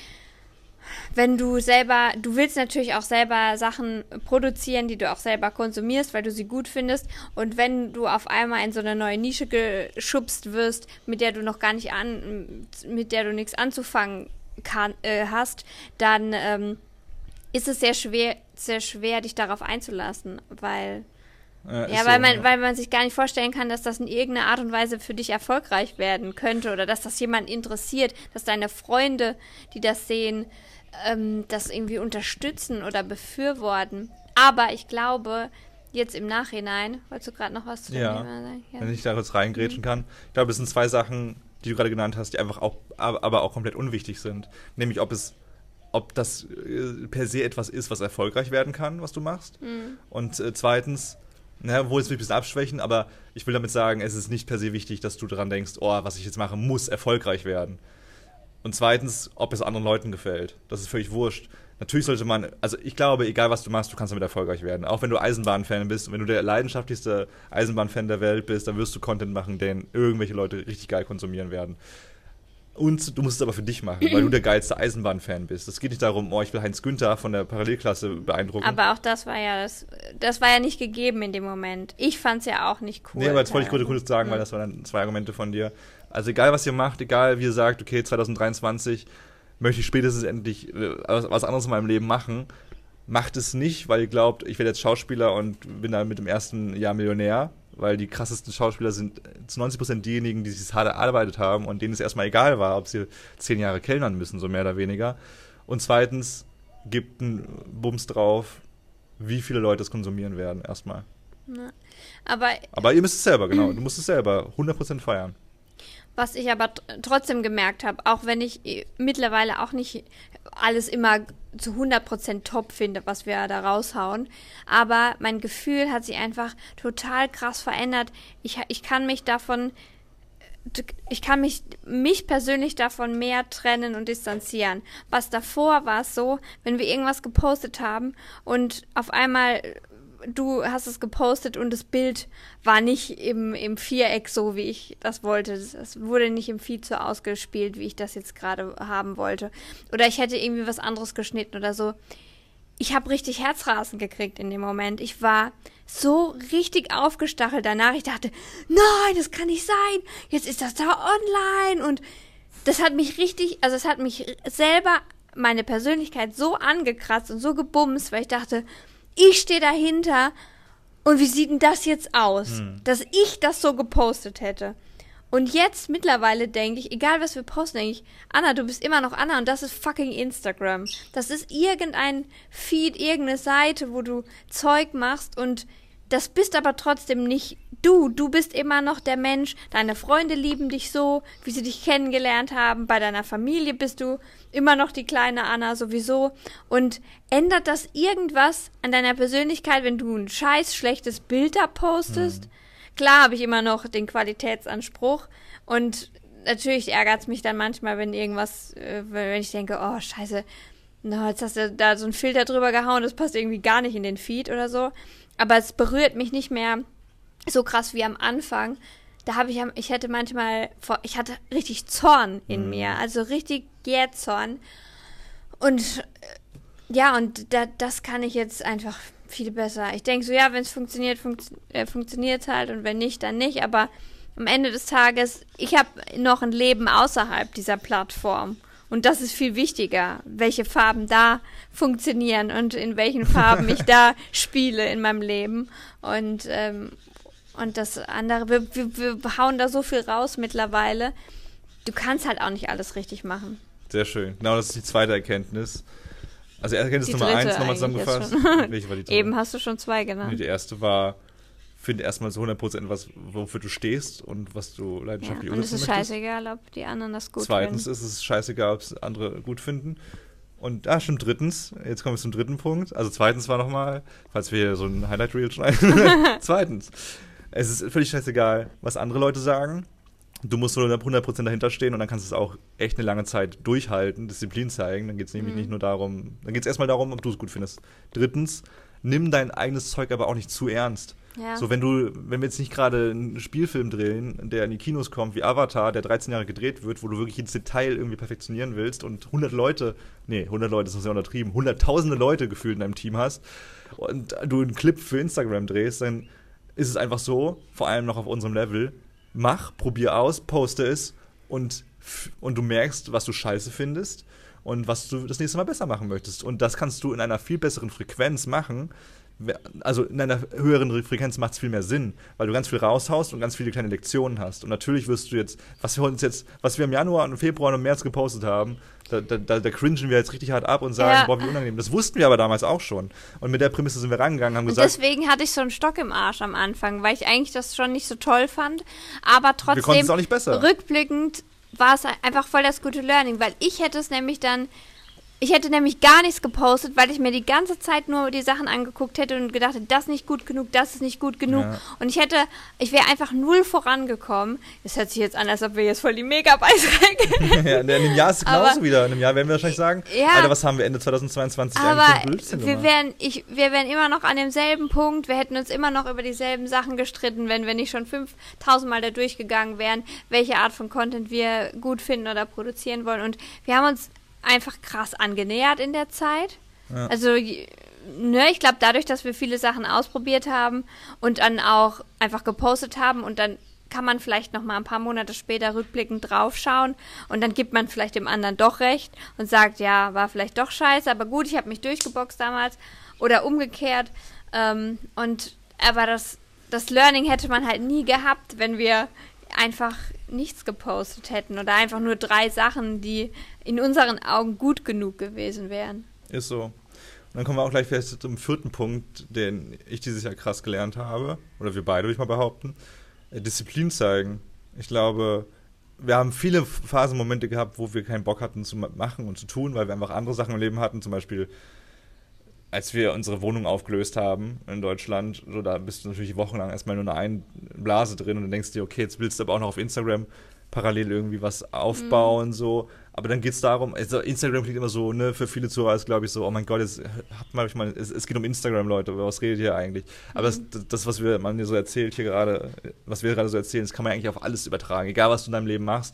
wenn du selber, du willst natürlich auch selber Sachen produzieren, die du auch selber konsumierst, weil du sie gut findest und wenn du auf einmal in so eine neue Nische geschubst wirst, mit der du noch gar nicht an, mit der du nichts anzufangen kann, äh, hast, dann ähm, ist es sehr schwer, sehr schwer, dich darauf einzulassen, weil Äh, ja, weil so, man, ja. weil man sich gar nicht vorstellen kann, dass das in irgendeiner Art und Weise für dich erfolgreich werden könnte oder dass das jemand interessiert, dass deine Freunde, die das sehen, ähm, das irgendwie unterstützen oder befürworten. Aber ich glaube, jetzt im Nachhinein, wolltest du gerade noch was zu dem ja, Thema sagen? Ja, wenn ich da kurz reingrätschen mhm. kann. Ich glaube, es sind zwei Sachen, die du gerade genannt hast, die einfach auch, aber auch komplett unwichtig sind. Nämlich, ob es ob das äh, per se etwas ist, was erfolgreich werden kann, was du machst. Mhm. Und äh, zweitens, naja, wo es mich ein bisschen abschwächen, aber ich will damit sagen, es ist nicht per se wichtig, dass du daran denkst, oh, was ich jetzt mache, muss erfolgreich werden. Und zweitens, ob es anderen Leuten gefällt. Das ist völlig wurscht. Natürlich sollte man, also ich glaube, egal was du machst, du kannst damit erfolgreich werden. Auch wenn du Eisenbahnfan bist und wenn du der leidenschaftlichste Eisenbahnfan der Welt bist, dann wirst du Content machen, den irgendwelche Leute richtig geil konsumieren werden. Und du musst es aber für dich machen, weil du der geilste Eisenbahnfan bist. Es geht nicht darum, oh, ich will Heinz Günther von der Parallelklasse beeindrucken. Aber auch das war ja das, das war ja nicht gegeben in dem Moment. Ich fand es ja auch nicht cool. Nee, aber jetzt wollte ich kurz, kurz sagen, mhm. weil das waren dann zwei Argumente von dir. Also egal, was ihr macht, egal, wie ihr sagt, okay, zwanzig dreiundzwanzig möchte ich spätestens endlich äh, was anderes in meinem Leben machen, macht es nicht, weil ihr glaubt, ich werde jetzt Schauspieler und bin dann mit dem ersten Jahr Millionär. Weil die krassesten Schauspieler sind zu neunzig Prozent diejenigen, die sich hart erarbeitet haben und denen es erstmal egal war, ob sie zehn Jahre kellnern müssen, so mehr oder weniger. Und zweitens, gibt einen Bums drauf, wie viele Leute es konsumieren werden, erstmal. Na, aber, aber ihr müsst es selber, genau. Du musst es selber hundert Prozent feiern. Was ich aber t- trotzdem gemerkt habe, auch wenn ich mittlerweile auch nicht alles immer zu hundert Prozent top finde, was wir da raushauen, aber mein Gefühl hat sich einfach total krass verändert. Ich, ich kann mich davon, ich kann mich, mich persönlich davon mehr trennen und distanzieren. Was davor war es so, wenn wir irgendwas gepostet haben und auf einmal du hast es gepostet und das Bild war nicht im, im Viereck so, wie ich das wollte. Es wurde nicht im Feed so ausgespielt, wie ich das jetzt gerade haben wollte. Oder ich hätte irgendwie was anderes geschnitten oder so. Ich habe richtig Herzrasen gekriegt in dem Moment. Ich war so richtig aufgestachelt danach. Ich dachte, nein, das kann nicht sein. Jetzt ist das da online. Und das hat mich richtig, also es hat mich selber, meine Persönlichkeit so angekratzt und so gebumst, weil ich dachte, ich stehe dahinter und wie sieht denn das jetzt aus, hm. dass ich das so gepostet hätte. Und jetzt mittlerweile denke ich, egal was wir posten, denke ich, Anna, du bist immer noch Anna und das ist fucking Instagram. Das ist irgendein Feed, irgendeine Seite, wo du Zeug machst und das bist aber trotzdem nicht du. Du bist immer noch der Mensch. Deine Freunde lieben dich so, wie sie dich kennengelernt haben. Bei deiner Familie bist du immer noch die kleine Anna sowieso. Und ändert das irgendwas an deiner Persönlichkeit, wenn du ein scheiß schlechtes Bild da postest? Mhm. Klar habe ich immer noch den Qualitätsanspruch. Und natürlich ärgert es mich dann manchmal, wenn irgendwas, äh, wenn ich denke, oh, scheiße, no, jetzt hast du da so einen Filter drüber gehauen, das passt irgendwie gar nicht in den Feed oder so. Aber es berührt mich nicht mehr so krass wie am Anfang. Da habe ich, ich hätte manchmal, ich hatte richtig Zorn in mhm. mir, also richtig Jähzorn. Und ja, und da, das kann ich jetzt einfach viel besser. Ich denke so, ja, wenn es funktioniert, funktio- äh, funktioniert es halt und wenn nicht, dann nicht. Aber am Ende des Tages, ich habe noch ein Leben außerhalb dieser Plattform. Und das ist viel wichtiger, welche Farben da funktionieren und in welchen Farben ich da spiele in meinem Leben. Und, ähm, und das andere, wir, wir, wir hauen da so viel raus mittlerweile. Du kannst halt auch nicht alles richtig machen. Sehr schön. Genau, das ist die zweite Erkenntnis. Also Erkenntnis Nummer eins nochmal zusammengefasst. Welche war die Eben hast du schon zwei genannt. Nee, die erste war, finde erstmal so hundert Prozent was, wofür du stehst und was du leidenschaftlich ja, und es ist möchtest. Scheißegal, ob die anderen das gut Zweitens finden. ist es scheißegal, ob es andere gut finden. Und, ah, stimmt, drittens, jetzt kommen wir zum dritten Punkt. Also zweitens war nochmal, falls wir hier so ein Highlight-Reel schneiden. Zweitens, es ist völlig scheißegal, was andere Leute sagen. Du musst nur hundert Prozent dahinter stehen und dann kannst du es auch echt eine lange Zeit durchhalten, Disziplin zeigen. Dann geht es nämlich mhm. nicht nur darum, dann geht es erstmal darum, ob du es gut findest. Drittens, nimm dein eigenes Zeug aber auch nicht zu ernst. Ja. So, wenn du, wenn wir jetzt nicht gerade einen Spielfilm drehen, der in die Kinos kommt, wie Avatar, der dreizehn Jahre gedreht wird, wo du wirklich jedes Detail irgendwie perfektionieren willst und hundert Leute, nee, hundert Leute, das ist ja untertrieben, hunderttausende Leute gefühlt in deinem Team hast und du einen Clip für Instagram drehst, dann ist es einfach so, vor allem noch auf unserem Level, mach, probier aus, poste es und, und du merkst, was du scheiße findest und was du das nächste Mal besser machen möchtest. Und das kannst du in einer viel besseren Frequenz machen. Also in einer höheren Frequenz macht es viel mehr Sinn, weil du ganz viel raushaust und ganz viele kleine Lektionen hast. Und natürlich wirst du jetzt, was wir uns jetzt, was wir im Januar und Februar und im März gepostet haben, da, da, da cringen wir jetzt richtig hart ab und sagen, ja. boah, wie unangenehm. Das wussten wir aber damals auch schon. Und mit der Prämisse sind wir rangegangen, haben und gesagt... deswegen hatte ich so einen Stock im Arsch am Anfang, weil ich eigentlich das schon nicht so toll fand. Aber trotzdem, wir konnten es auch nicht besser. Rückblickend war es einfach voll das gute Learning, weil ich hätte es nämlich dann Ich hätte nämlich gar nichts gepostet, weil ich mir die ganze Zeit nur die Sachen angeguckt hätte und gedacht hätte, das ist nicht gut genug, das ist nicht gut genug. Ja. Und ich hätte, ich wäre einfach null vorangekommen. Das hört sich jetzt an, als ob wir jetzt voll die Megabeiträge. Ja, in einem Jahr ist es genauso wieder. In einem Jahr werden wir wahrscheinlich sagen, ja, Alter, was haben wir Ende zweitausendzweiundzwanzig aber eigentlich für ein Blödsinn wir wären, ich, wir wären immer noch an demselben Punkt. Wir hätten uns immer noch über dieselben Sachen gestritten, wenn wir nicht schon fünftausend Mal da durchgegangen wären, welche Art von Content wir gut finden oder produzieren wollen. Und wir haben uns einfach krass angenähert in der Zeit. Ja. Also, ne, ich glaube, dadurch, dass wir viele Sachen ausprobiert haben und dann auch einfach gepostet haben und dann kann man vielleicht noch mal ein paar Monate später rückblickend draufschauen und dann gibt man vielleicht dem anderen doch recht und sagt, ja, war vielleicht doch scheiße, aber gut, ich habe mich durchgeboxt damals oder umgekehrt. Ähm, und aber das, das Learning hätte man halt nie gehabt, wenn wir einfach nichts gepostet hätten oder einfach nur drei Sachen, die in unseren Augen gut genug gewesen wären. Ist so. Und dann kommen wir auch gleich vielleicht zum vierten Punkt, den ich dieses Jahr krass gelernt habe, oder wir beide, würde ich mal behaupten, Disziplin zeigen. Ich glaube, wir haben viele Phasenmomente gehabt, wo wir keinen Bock hatten zu machen und zu tun, weil wir einfach andere Sachen im Leben hatten, zum Beispiel als wir unsere Wohnung aufgelöst haben in Deutschland, so, da bist du natürlich wochenlang erstmal nur eine Blase drin und dann denkst du dir, okay, jetzt willst du aber auch noch auf Instagram parallel irgendwie was aufbauen, mhm. so. Aber dann geht es darum, also Instagram klingt immer so, ne, für viele Zuhörer ist, glaube ich, so, oh mein Gott, jetzt habt mal, ich meine, es, es geht um Instagram, Leute, was redet ihr eigentlich? Aber mhm. das, das, was wir, man dir so erzählt hier gerade, was wir gerade so erzählen, das kann man eigentlich auf alles übertragen, egal was du in deinem Leben machst.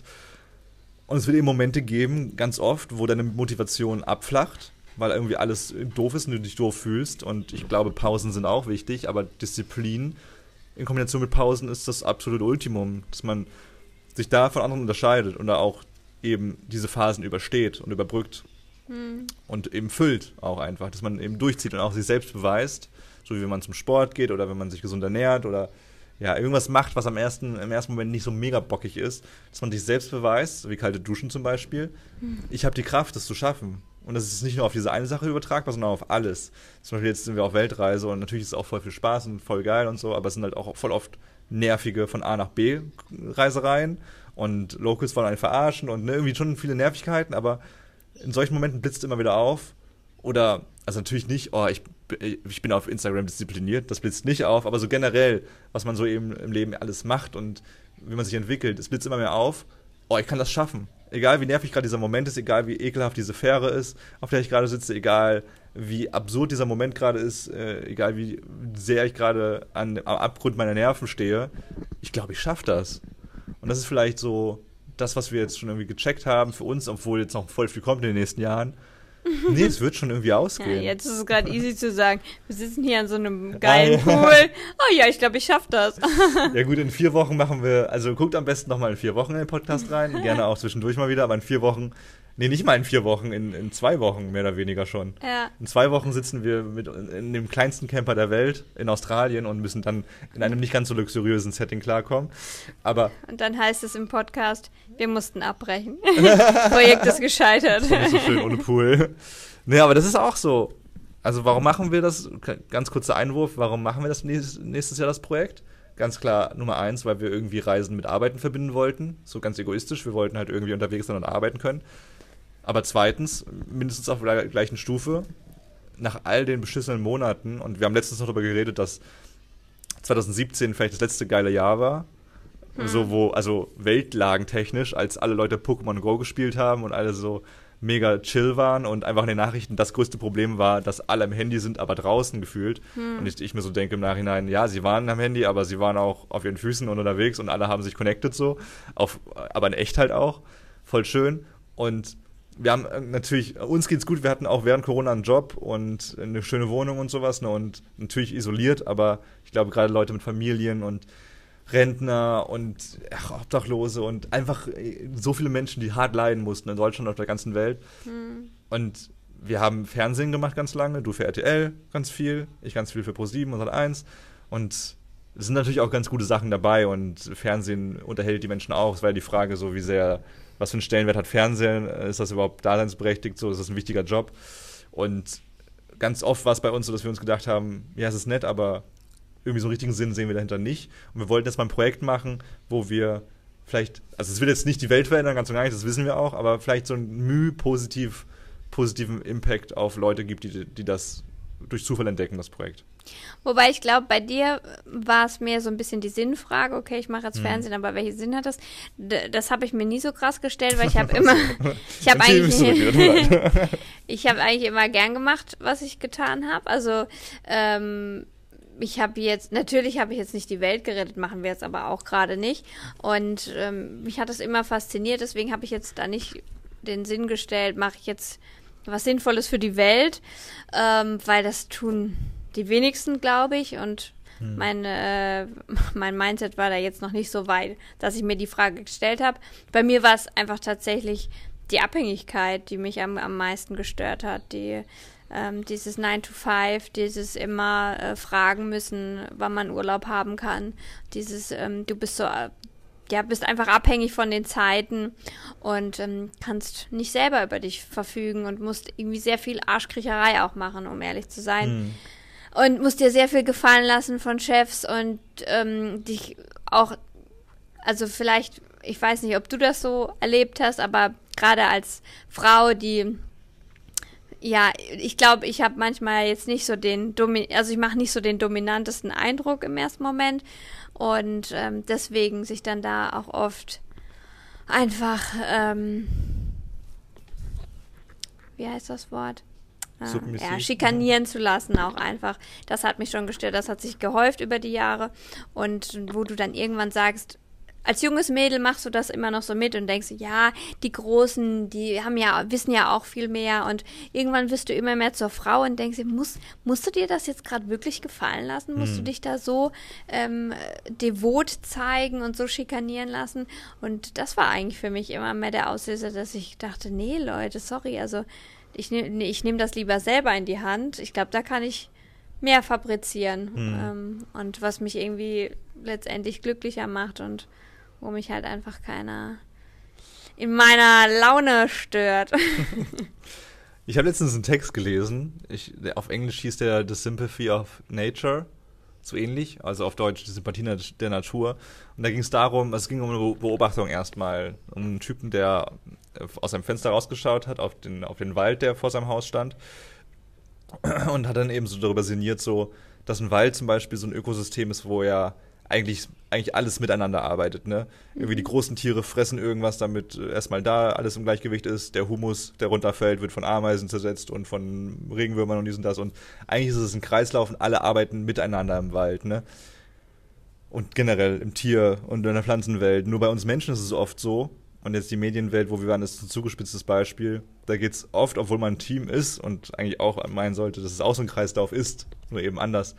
Und es wird eben Momente geben, ganz oft, wo deine Motivation abflacht, weil irgendwie alles doof ist und du dich doof fühlst. Und ich glaube, Pausen sind auch wichtig, aber Disziplin in Kombination mit Pausen ist das absolute Ultimum, dass man sich da von anderen unterscheidet und da auch eben diese Phasen übersteht und überbrückt hm. und eben füllt auch einfach, dass man eben durchzieht und auch sich selbst beweist, so wie wenn man zum Sport geht oder wenn man sich gesund ernährt oder ja, irgendwas macht, was am ersten, im ersten Moment nicht so mega bockig ist, dass man sich selbst beweist, wie kalte Duschen zum Beispiel. Hm. Ich habe die Kraft, das zu schaffen. Und das ist nicht nur auf diese eine Sache übertragbar, sondern auf alles. Zum Beispiel jetzt sind wir auf Weltreise und natürlich ist es auch voll viel Spaß und voll geil und so, aber es sind halt auch voll oft nervige von A nach B Reisereien und Locals wollen einen verarschen und ne, irgendwie schon viele Nervigkeiten, aber in solchen Momenten blitzt es immer wieder auf. Oder, also natürlich nicht, oh, ich, ich bin auf Instagram diszipliniert, das blitzt nicht auf, aber so generell, was man so eben im Leben alles macht und wie man sich entwickelt, es blitzt immer mehr auf, oh, ich kann das schaffen. Egal wie nervig gerade dieser Moment ist, egal wie ekelhaft diese Fähre ist, auf der ich gerade sitze, egal wie absurd dieser Moment gerade ist, äh, egal wie sehr ich gerade an, am Abgrund meiner Nerven stehe, ich glaube, ich schaffe das. Und das ist vielleicht so das, was wir jetzt schon irgendwie gecheckt haben für uns, obwohl jetzt noch voll viel kommt in den nächsten Jahren. Nee, es wird schon irgendwie ausgehen. Ja, jetzt ist es gerade easy zu sagen, wir sitzen hier an so einem geilen ah, ja. Pool. Oh ja, ich glaube, ich schaffe das. Ja gut, in vier Wochen machen wir, also guckt am besten nochmal in vier Wochen in den Podcast rein. Gerne auch zwischendurch mal wieder, aber in vier Wochen, nee, nicht mal in vier Wochen, in, in zwei Wochen mehr oder weniger schon. Ja. In zwei Wochen sitzen wir mit in dem kleinsten Camper der Welt in Australien und müssen dann in einem nicht ganz so luxuriösen Setting klarkommen. Aber und dann heißt es im Podcast, wir mussten abbrechen. Projekt ist gescheitert. Das ist nicht so schön ohne Pool. Nee, aber das ist auch so. Also warum machen wir das? Ganz kurzer Einwurf, warum machen wir das nächstes Jahr, das Projekt? Ganz klar, Nummer eins, weil wir irgendwie Reisen mit Arbeiten verbinden wollten. So ganz egoistisch, wir wollten halt irgendwie unterwegs sein und arbeiten können. Aber zweitens, mindestens auf der gleichen Stufe, nach all den beschissenen Monaten, und wir haben letztens noch darüber geredet, dass zwanzig siebzehn vielleicht das letzte geile Jahr war, hm. so wo, also weltlagentechnisch, als alle Leute Pokémon Go gespielt haben und alle so mega chill waren und einfach in den Nachrichten das größte Problem war, dass alle am Handy sind, aber draußen gefühlt. Hm. Und ich, ich mir so denke im Nachhinein, ja, sie waren am Handy, aber sie waren auch auf ihren Füßen und unterwegs und alle haben sich connected so, auf, aber in echt halt auch. Voll schön. Und wir haben natürlich, uns geht's gut, wir hatten auch während Corona einen Job und eine schöne Wohnung und sowas, ne, und natürlich isoliert, aber ich glaube gerade Leute mit Familien und Rentner und ach, Obdachlose und einfach so viele Menschen, die hart leiden mussten in Deutschland und auf der ganzen Welt. Mhm. Und wir haben Fernsehen gemacht ganz lange, du für R T L ganz viel, ich ganz viel für ProSieben und Sat eins und es sind natürlich auch ganz gute Sachen dabei und Fernsehen unterhält die Menschen auch. Es war ja die Frage so, wie sehr, was für einen Stellenwert hat Fernsehen, ist das überhaupt daseinsberechtigt, so ist das ein wichtiger Job und ganz oft war es bei uns so, dass wir uns gedacht haben, ja, es ist nett, aber irgendwie so einen richtigen Sinn sehen wir dahinter nicht. Und wir wollten jetzt mal ein Projekt machen, wo wir vielleicht, also es will jetzt nicht die Welt verändern, ganz und gar nicht, das wissen wir auch, aber vielleicht so ein Mühe positiv positiven Impact auf Leute gibt, die, die das durch Zufall entdecken, das Projekt. Wobei ich glaube, bei dir war es mehr so ein bisschen die Sinnfrage, okay, ich mache jetzt Mhm. Fernsehen, aber welchen Sinn hat das? D- das habe ich mir nie so krass gestellt, weil ich habe immer, ich habe Empfehle mich eigentlich, zurück, tut mir leid. ich habe eigentlich immer gern gemacht, was ich getan habe. Also ähm, ich habe jetzt, natürlich habe ich jetzt nicht die Welt gerettet, machen wir jetzt aber auch gerade nicht. Und ähm, mich hat das immer fasziniert, deswegen habe ich jetzt da nicht den Sinn gestellt, mache ich jetzt was Sinnvolles für die Welt, ähm, weil das tun die wenigsten, glaube ich. Und hm. mein, äh, mein Mindset war da jetzt noch nicht so weit, dass ich mir die Frage gestellt habe. Bei mir war es einfach tatsächlich die Abhängigkeit, die mich am, am meisten gestört hat, die Ähm, dieses nine to five, dieses immer äh, fragen müssen, wann man Urlaub haben kann, dieses, ähm, du bist so, äh, ja, bist einfach abhängig von den Zeiten und ähm, kannst nicht selber über dich verfügen und musst irgendwie sehr viel Arschkriecherei auch machen, um ehrlich zu sein. Hm. Und musst dir sehr viel gefallen lassen von Chefs und ähm, dich auch, also vielleicht, ich weiß nicht, ob du das so erlebt hast, aber gerade als Frau, die ja, ich glaube, ich habe manchmal jetzt nicht so den, Domi- also ich mache nicht so den dominantesten Eindruck im ersten Moment und ähm, deswegen sich dann da auch oft einfach, ähm, wie heißt das Wort? Äh, ja, schikanieren zu lassen auch einfach. Das hat mich schon gestört, das hat sich gehäuft über die Jahre und wo du dann irgendwann sagst, als junges Mädel machst du das immer noch so mit und denkst, ja, die Großen, die haben ja, wissen ja auch viel mehr und irgendwann wirst du immer mehr zur Frau und denkst, muss, musst du dir das jetzt gerade wirklich gefallen lassen? Musst hm. du dich da so ähm, devot zeigen und so schikanieren lassen? Und das war eigentlich für mich immer mehr der Auslöser, dass ich dachte, nee, Leute, sorry, also ich nehme ich nehm das lieber selber in die Hand. Ich glaube, da kann ich mehr fabrizieren hm. ähm, und was mich irgendwie letztendlich glücklicher macht und wo mich halt einfach keiner in meiner Laune stört. Ich habe letztens einen Text gelesen. Ich, der, auf Englisch hieß der The Sympathy of Nature. So ähnlich. Also auf Deutsch die Sympathie der Natur. Und da ging es darum, es ging um eine Beobachtung erstmal. Um einen Typen, der aus seinem Fenster rausgeschaut hat auf den, auf den Wald, der vor seinem Haus stand. Und hat dann eben so darüber sinniert, so, dass ein Wald zum Beispiel so ein Ökosystem ist, wo er eigentlich, eigentlich alles miteinander arbeitet, ne? Mhm. Irgendwie die großen Tiere fressen irgendwas, damit erstmal da alles im Gleichgewicht ist. Der Humus, der runterfällt, wird von Ameisen zersetzt und von Regenwürmern und dies und das. Und eigentlich ist es ein Kreislauf und alle arbeiten miteinander im Wald, ne? Und generell im Tier- und in der Pflanzenwelt. Nur bei uns Menschen ist es oft so, und jetzt die Medienwelt, wo wir waren, ist ein zugespitztes Beispiel. Da geht es oft, obwohl man ein Team ist und eigentlich auch meinen sollte, dass es auch so ein Kreislauf ist, nur eben anders.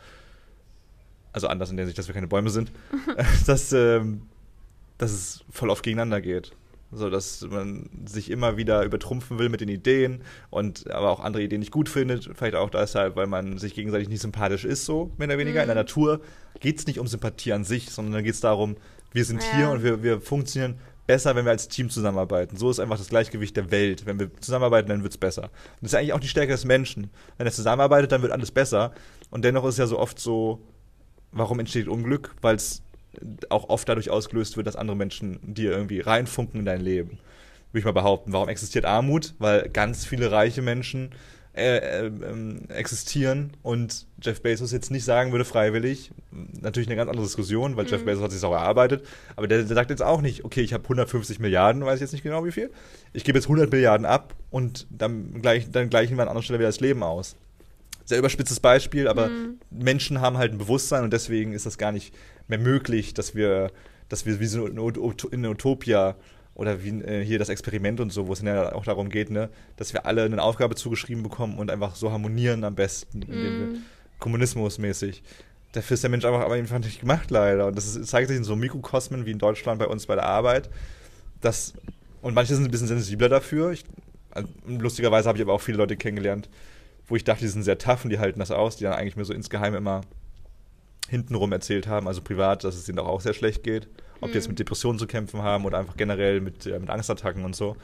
Also anders in der Sicht, dass wir keine Bäume sind, dass, ähm, dass es voll oft gegeneinander geht. So, dass man sich immer wieder übertrumpfen will mit den Ideen und aber auch andere Ideen nicht gut findet. Vielleicht auch deshalb, weil man sich gegenseitig nicht sympathisch ist, so mehr oder weniger. Mhm. In der Natur geht es nicht um Sympathie an sich, sondern da geht es darum, wir sind ja. hier und wir, wir funktionieren besser, wenn wir als Team zusammenarbeiten. So ist einfach das Gleichgewicht der Welt. Wenn wir zusammenarbeiten, dann wird es besser. Und das ist eigentlich auch die Stärke des Menschen. Wenn er zusammenarbeitet, dann wird alles besser. Und dennoch ist es ja so oft so, warum entsteht Unglück? Weil es auch oft dadurch ausgelöst wird, dass andere Menschen dir irgendwie reinfunken in dein Leben. Würde ich mal behaupten. Warum existiert Armut? Weil ganz viele reiche Menschen äh, äh, äh, existieren und Jeff Bezos jetzt nicht sagen würde, freiwillig. Natürlich eine ganz andere Diskussion, weil mhm. Jeff Bezos hat sich auch erarbeitet. Aber der, der sagt jetzt auch nicht, okay, ich habe hundertfünfzig Milliarden, weiß ich jetzt nicht genau wie viel. Ich gebe jetzt hundert Milliarden ab und dann, gleich, dann gleichen wir an anderer Stelle wieder das Leben aus. Sehr überspitztes Beispiel, aber mhm. Menschen haben halt ein Bewusstsein und deswegen ist das gar nicht mehr möglich, dass wir, dass wir wie so in eine Utopia oder wie äh, hier das Experiment und so, wo es ja auch darum geht, ne, dass wir alle eine Aufgabe zugeschrieben bekommen und einfach so harmonieren am besten, mm. kommunismusmäßig. Dafür ist der Mensch einfach, aber einfach nicht gemacht, leider. Und das ist, zeigt sich in so Mikrokosmen wie in Deutschland bei uns bei der Arbeit. Dass, und manche sind ein bisschen sensibler dafür. Ich, also, lustigerweise habe ich aber auch viele Leute kennengelernt, wo ich dachte, die sind sehr tough und die halten das aus, die dann eigentlich mir so insgeheim immer hintenrum erzählt haben, also privat, dass es ihnen auch, auch sehr schlecht geht. Ob die jetzt mit Depressionen zu kämpfen haben oder einfach generell mit, äh, mit Angstattacken und so.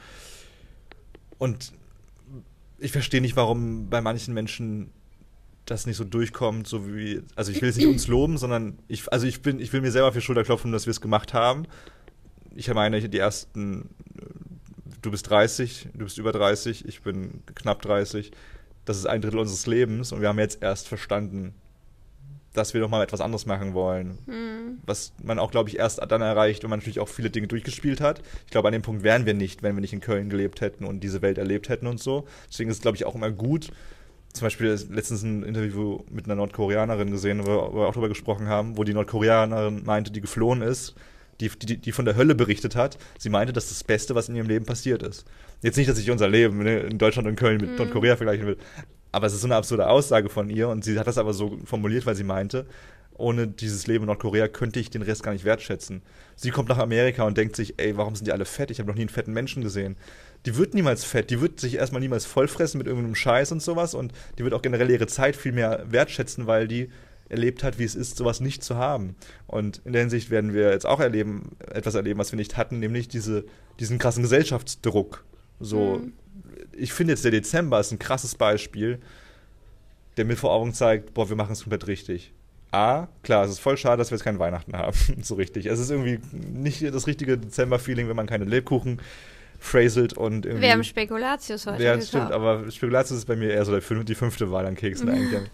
Und ich verstehe nicht, warum bei manchen Menschen das nicht so durchkommt, so wie, also ich will jetzt nicht uns loben, sondern ich, also ich bin, ich will mir selber auf die Schulter klopfen, dass wir es gemacht haben. Ich meine, die ersten du bist dreißig, du bist über dreißig, ich bin knapp dreißig. Das ist ein Drittel unseres Lebens und wir haben jetzt erst verstanden, dass wir doch mal etwas anderes machen wollen. Mhm. Was man auch, glaube ich, erst dann erreicht, wenn man natürlich auch viele Dinge durchgespielt hat. Ich glaube, an dem Punkt wären wir nicht, wenn wir nicht in Köln gelebt hätten und diese Welt erlebt hätten und so. Deswegen ist es, glaube ich, auch immer gut. Zum Beispiel letztens ein Interview mit einer Nordkoreanerin gesehen, wo wir auch darüber gesprochen haben, wo die Nordkoreanerin meinte, die geflohen ist, die, die, die von der Hölle berichtet hat. Sie meinte, das ist das Beste, was in ihrem Leben passiert ist. Jetzt nicht, dass ich unser Leben ne, in Deutschland und Köln mit mhm. Nordkorea vergleichen will, aber es ist so eine absurde Aussage von ihr und sie hat das aber so formuliert, weil sie meinte, ohne dieses Leben in Nordkorea könnte ich den Rest gar nicht wertschätzen. Sie kommt nach Amerika und denkt sich, ey, warum sind die alle fett? Ich habe noch nie einen fetten Menschen gesehen. Die wird niemals fett, die wird sich erstmal niemals vollfressen mit irgendeinem Scheiß und sowas und die wird auch generell ihre Zeit viel mehr wertschätzen, weil die erlebt hat, wie es ist, sowas nicht zu haben. Und in der Hinsicht werden wir jetzt auch erleben, etwas erleben, was wir nicht hatten, nämlich diese, diesen krassen Gesellschaftsdruck. So, mhm. Ich finde jetzt, der Dezember ist ein krasses Beispiel, der mir vor Augen zeigt, boah, wir machen es komplett richtig. A, klar, es ist voll schade, dass wir jetzt kein Weihnachten haben, so richtig. Es ist irgendwie nicht das richtige Dezember-Feeling, wenn man keine Lebkuchen phraselt und irgendwie... Wir haben Spekulatius heute Ja, das stimmt, aber Spekulatius ist bei mir eher so der, die fünfte Wahl an Keksen eigentlich.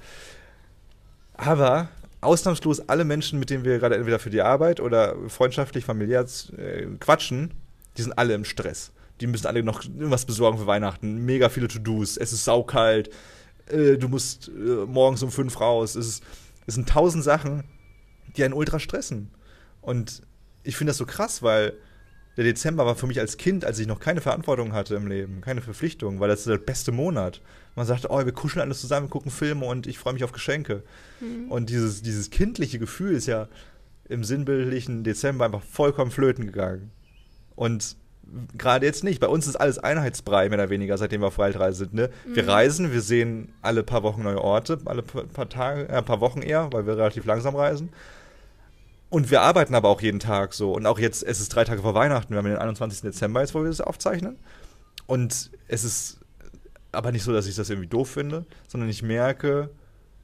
Aber ausnahmslos alle Menschen, mit denen wir gerade entweder für die Arbeit oder freundschaftlich, familiär äh, quatschen, die sind alle im Stress. Die müssen alle noch irgendwas besorgen für Weihnachten. Mega viele To-Dos. Es ist saukalt. Äh, du musst äh, morgens um fünf raus. Es, ist, es sind tausend Sachen, die einen ultra stressen. Und ich finde das so krass, weil der Dezember war für mich als Kind, als ich noch keine Verantwortung hatte im Leben, keine Verpflichtung, weil das ist der beste Monat. Man sagt, oh, wir kuscheln alles zusammen, wir gucken Filme und ich freue mich auf Geschenke. Mhm. Und dieses, dieses kindliche Gefühl ist ja im sinnbildlichen Dezember einfach vollkommen flöten gegangen. Und gerade jetzt nicht. Bei uns ist alles Einheitsbrei, mehr oder weniger, seitdem wir auf Weltreise sind. Ne? Mhm. Wir reisen, wir sehen alle paar Wochen neue Orte, alle paar Tage, äh, paar Wochen eher, weil wir relativ langsam reisen. Und wir arbeiten aber auch jeden Tag so. Und auch jetzt, es ist drei Tage vor Weihnachten. Wir haben den einundzwanzigsten Dezember jetzt, wo wir das aufzeichnen. Und es ist aber nicht so, dass ich das irgendwie doof finde, sondern ich merke,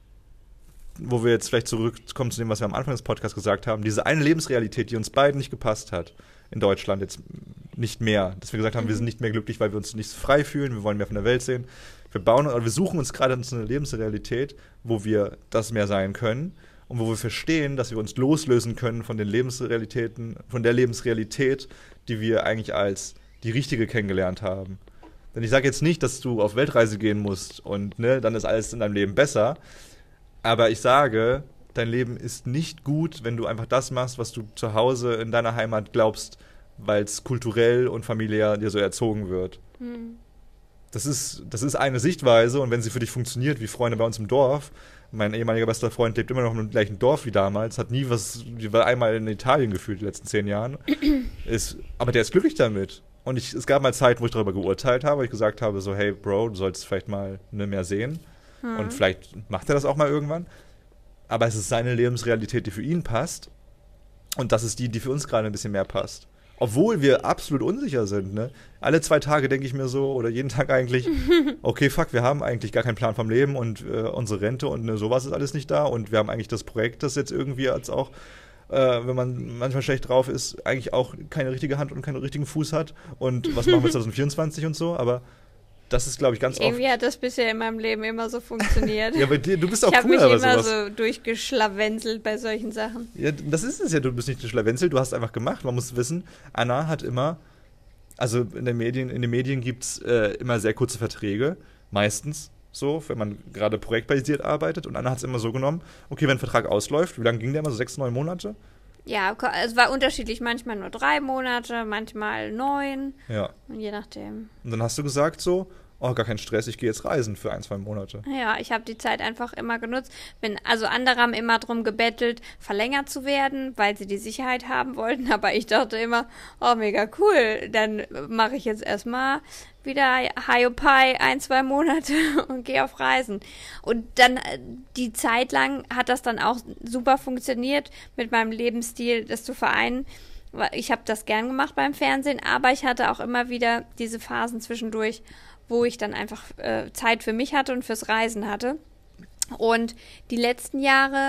wo wir jetzt vielleicht zurückkommen zu dem, was wir am Anfang des Podcasts gesagt haben, diese eine Lebensrealität, die uns beiden nicht gepasst hat, in Deutschland jetzt nicht mehr. Dass wir gesagt haben, mhm. wir sind nicht mehr glücklich, weil wir uns nicht frei fühlen, wir wollen mehr von der Welt sehen. Wir bauen, oder wir suchen uns gerade eine Lebensrealität, wo wir das mehr sein können und wo wir verstehen, dass wir uns loslösen können von den Lebensrealitäten, von der Lebensrealität, die wir eigentlich als die richtige kennengelernt haben. Denn ich sage jetzt nicht, dass du auf Weltreise gehen musst und ne, dann ist alles in deinem Leben besser, aber ich sage, dein Leben ist nicht gut, wenn du einfach das machst, was du zu Hause in deiner Heimat glaubst, weil es kulturell und familiär dir so erzogen wird. Hm. Das ist, das ist eine Sichtweise und wenn sie für dich funktioniert, wie Freunde bei uns im Dorf, mein ehemaliger bester Freund lebt immer noch im gleichen Dorf wie damals, hat nie was, die war einmal in Italien gefühlt die letzten zehn Jahren, ist, aber der ist glücklich damit. Und ich, es gab mal Zeiten, wo ich darüber geurteilt habe, wo ich gesagt habe, so, hey Bro, du solltest vielleicht mal ne, mehr sehen. Hm. Und vielleicht macht er das auch mal irgendwann. Aber es ist seine Lebensrealität, die für ihn passt. Und das ist die, die für uns gerade ein bisschen mehr passt. Obwohl wir absolut unsicher sind. Ne? Alle zwei Tage denke ich mir so, oder jeden Tag eigentlich, okay, fuck, wir haben eigentlich gar keinen Plan vom Leben und äh, unsere Rente und ne, sowas ist alles nicht da. Und wir haben eigentlich das Projekt, das jetzt irgendwie als auch, äh, wenn man manchmal schlecht drauf ist, eigentlich auch keine richtige Hand und keinen richtigen Fuß hat. Und was machen wir zwanzig vierundzwanzig und so, aber das ist, glaube ich, ganz Irgendwie oft... Irgendwie hat das bisher in meinem Leben immer so funktioniert. Ja, bei dir, du bist auch ich cool, aber aber sowas. Ich habe mich sowas. immer so durchgeschlawenzelt bei solchen Sachen. Ja, das ist es ja, du bist nicht geschlawenzelt, du hast einfach gemacht. Man muss wissen, Anna hat immer, also in, der Medien, in den Medien gibt es äh, immer sehr kurze Verträge, meistens so, wenn man gerade projektbasiert arbeitet. Und Anna hat es immer so genommen, okay, wenn ein Vertrag ausläuft, wie lange ging der immer, so sechs, neun Monate? Ja, es war unterschiedlich, manchmal nur drei Monate, manchmal neun. Ja. Je nachdem. Und dann hast du gesagt so, oh, gar kein Stress, ich gehe jetzt reisen für ein, zwei Monate. Ja, ich habe die Zeit einfach immer genutzt. Bin, also andere haben immer darum gebettelt, verlängert zu werden, weil sie die Sicherheit haben wollten. Aber ich dachte immer, oh, mega cool, dann mache ich jetzt erstmal wieder Hiopai ein, zwei Monate und gehe auf Reisen. Und dann die Zeit lang hat das dann auch super funktioniert, mit meinem Lebensstil das zu vereinen. Ich habe das gern gemacht beim Fernsehen, aber ich hatte auch immer wieder diese Phasen zwischendurch, wo ich dann einfach äh, Zeit für mich hatte und fürs Reisen hatte. Und die letzten Jahre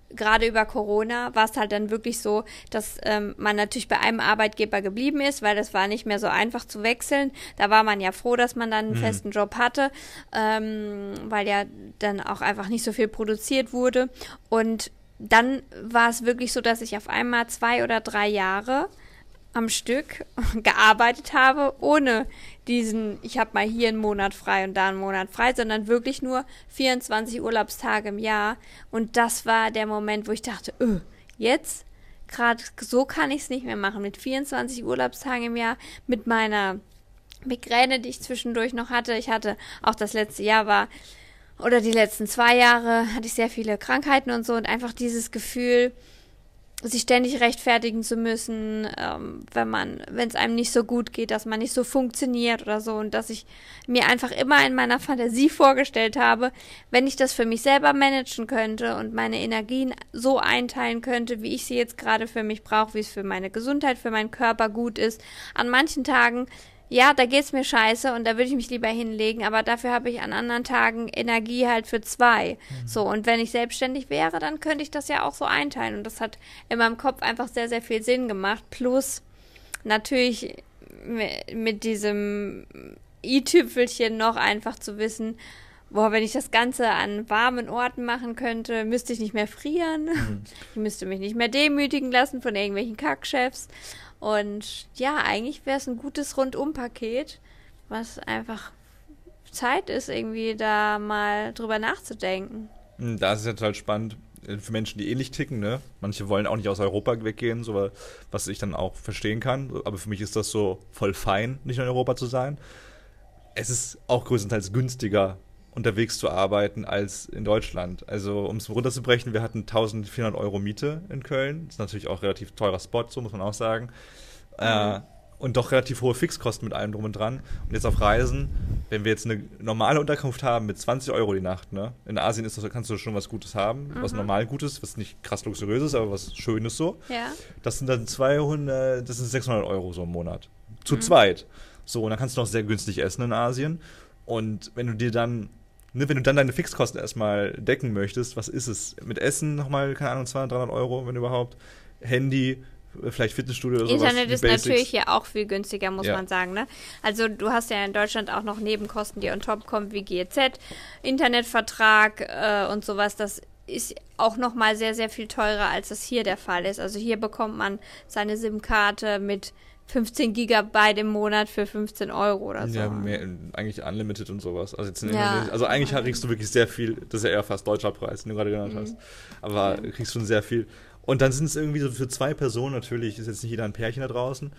gerade über Corona war es halt dann wirklich so, dass ähm, man natürlich bei einem Arbeitgeber geblieben ist, weil das war nicht mehr so einfach zu wechseln. Da war man ja froh, dass man dann einen mhm. festen Job hatte, ähm, weil ja dann auch einfach nicht so viel produziert wurde. Und dann war es wirklich so, dass ich auf einmal zwei oder drei Jahre am Stück gearbeitet habe, ohne diesen, ich habe mal hier einen Monat frei und da einen Monat frei, sondern wirklich nur vierundzwanzig Urlaubstage im Jahr. Und das war der Moment, wo ich dachte, öh, jetzt, gerade so kann ich es nicht mehr machen, mit vierundzwanzig Urlaubstagen im Jahr, mit meiner Migräne, die ich zwischendurch noch hatte. Ich hatte auch das letzte Jahr war, oder die letzten zwei Jahre hatte ich sehr viele Krankheiten und so und einfach dieses Gefühl, sich ständig rechtfertigen zu müssen, ähm, wenn man, wenn es einem nicht so gut geht, dass man nicht so funktioniert oder so und dass ich mir einfach immer in meiner Fantasie vorgestellt habe, wenn ich das für mich selber managen könnte und meine Energien so einteilen könnte, wie ich sie jetzt gerade für mich brauche, wie es für meine Gesundheit, für meinen Körper gut ist. An manchen Tagen, ja, da geht's mir scheiße und da würde ich mich lieber hinlegen, aber dafür habe ich an anderen Tagen Energie halt für zwei. Mhm. So, und wenn ich selbstständig wäre, dann könnte ich das ja auch so einteilen und das hat in meinem Kopf einfach sehr, sehr viel Sinn gemacht. Plus natürlich mit diesem i-Tüpfelchen noch einfach zu wissen, boah, wenn ich das Ganze an warmen Orten machen könnte, müsste ich nicht mehr frieren. Mhm. Ich müsste mich nicht mehr demütigen lassen von irgendwelchen Kackchefs. Und ja, eigentlich wäre es ein gutes Rundum-Paket, was einfach Zeit ist, irgendwie da mal drüber nachzudenken. Das ist ja total spannend für Menschen, die ähnlich ticken, ne? Manche wollen auch nicht aus Europa weggehen, so was ich dann auch verstehen kann. Aber für mich ist das so voll fein, nicht in Europa zu sein. Es ist auch größtenteils günstiger, unterwegs zu arbeiten als in Deutschland. Also um es runterzubrechen, wir hatten eintausendvierhundert Euro Miete in Köln. Das ist natürlich auch ein relativ teurer Spot, so muss man auch sagen. Mhm. Äh, und doch relativ hohe Fixkosten mit allem drum und dran. Und jetzt auf Reisen, wenn wir jetzt eine normale Unterkunft haben mit zwanzig Euro die Nacht, ne? In Asien ist das, kannst du schon was Gutes haben, mhm. was normal Gutes, was nicht krass luxuriöses, aber was Schönes so. Ja. Das sind dann zweihundert, das sind sechshundert Euro so im Monat. Zu mhm. zweit. So, und dann kannst du noch sehr günstig essen in Asien. Und wenn du dir dann Ne, wenn du dann deine Fixkosten erstmal decken möchtest, was ist es? Mit Essen nochmal, keine Ahnung, zweihundert, dreihundert Euro, wenn überhaupt. Handy, vielleicht Fitnessstudio oder sowas. Internet ist Basics. Natürlich hier auch viel günstiger, muss ja. man sagen. Ne? Also du hast ja in Deutschland auch noch Nebenkosten, die on top kommen, wie G E Z, Internetvertrag äh, und sowas. Das ist auch nochmal sehr, sehr viel teurer, als das hier der Fall ist. Also hier bekommt man seine SIM-Karte mit fünfzehn Gigabyte im Monat für fünfzehn Euro oder so. Ja, mehr, eigentlich unlimited und sowas. Also, jetzt ja. also eigentlich kriegst du wirklich sehr viel, das ist ja eher fast deutscher Preis, den du gerade genannt mhm. hast. Aber ja. kriegst schon sehr viel. Und dann sind es irgendwie so für zwei Personen, natürlich ist jetzt nicht jeder ein Pärchen da draußen,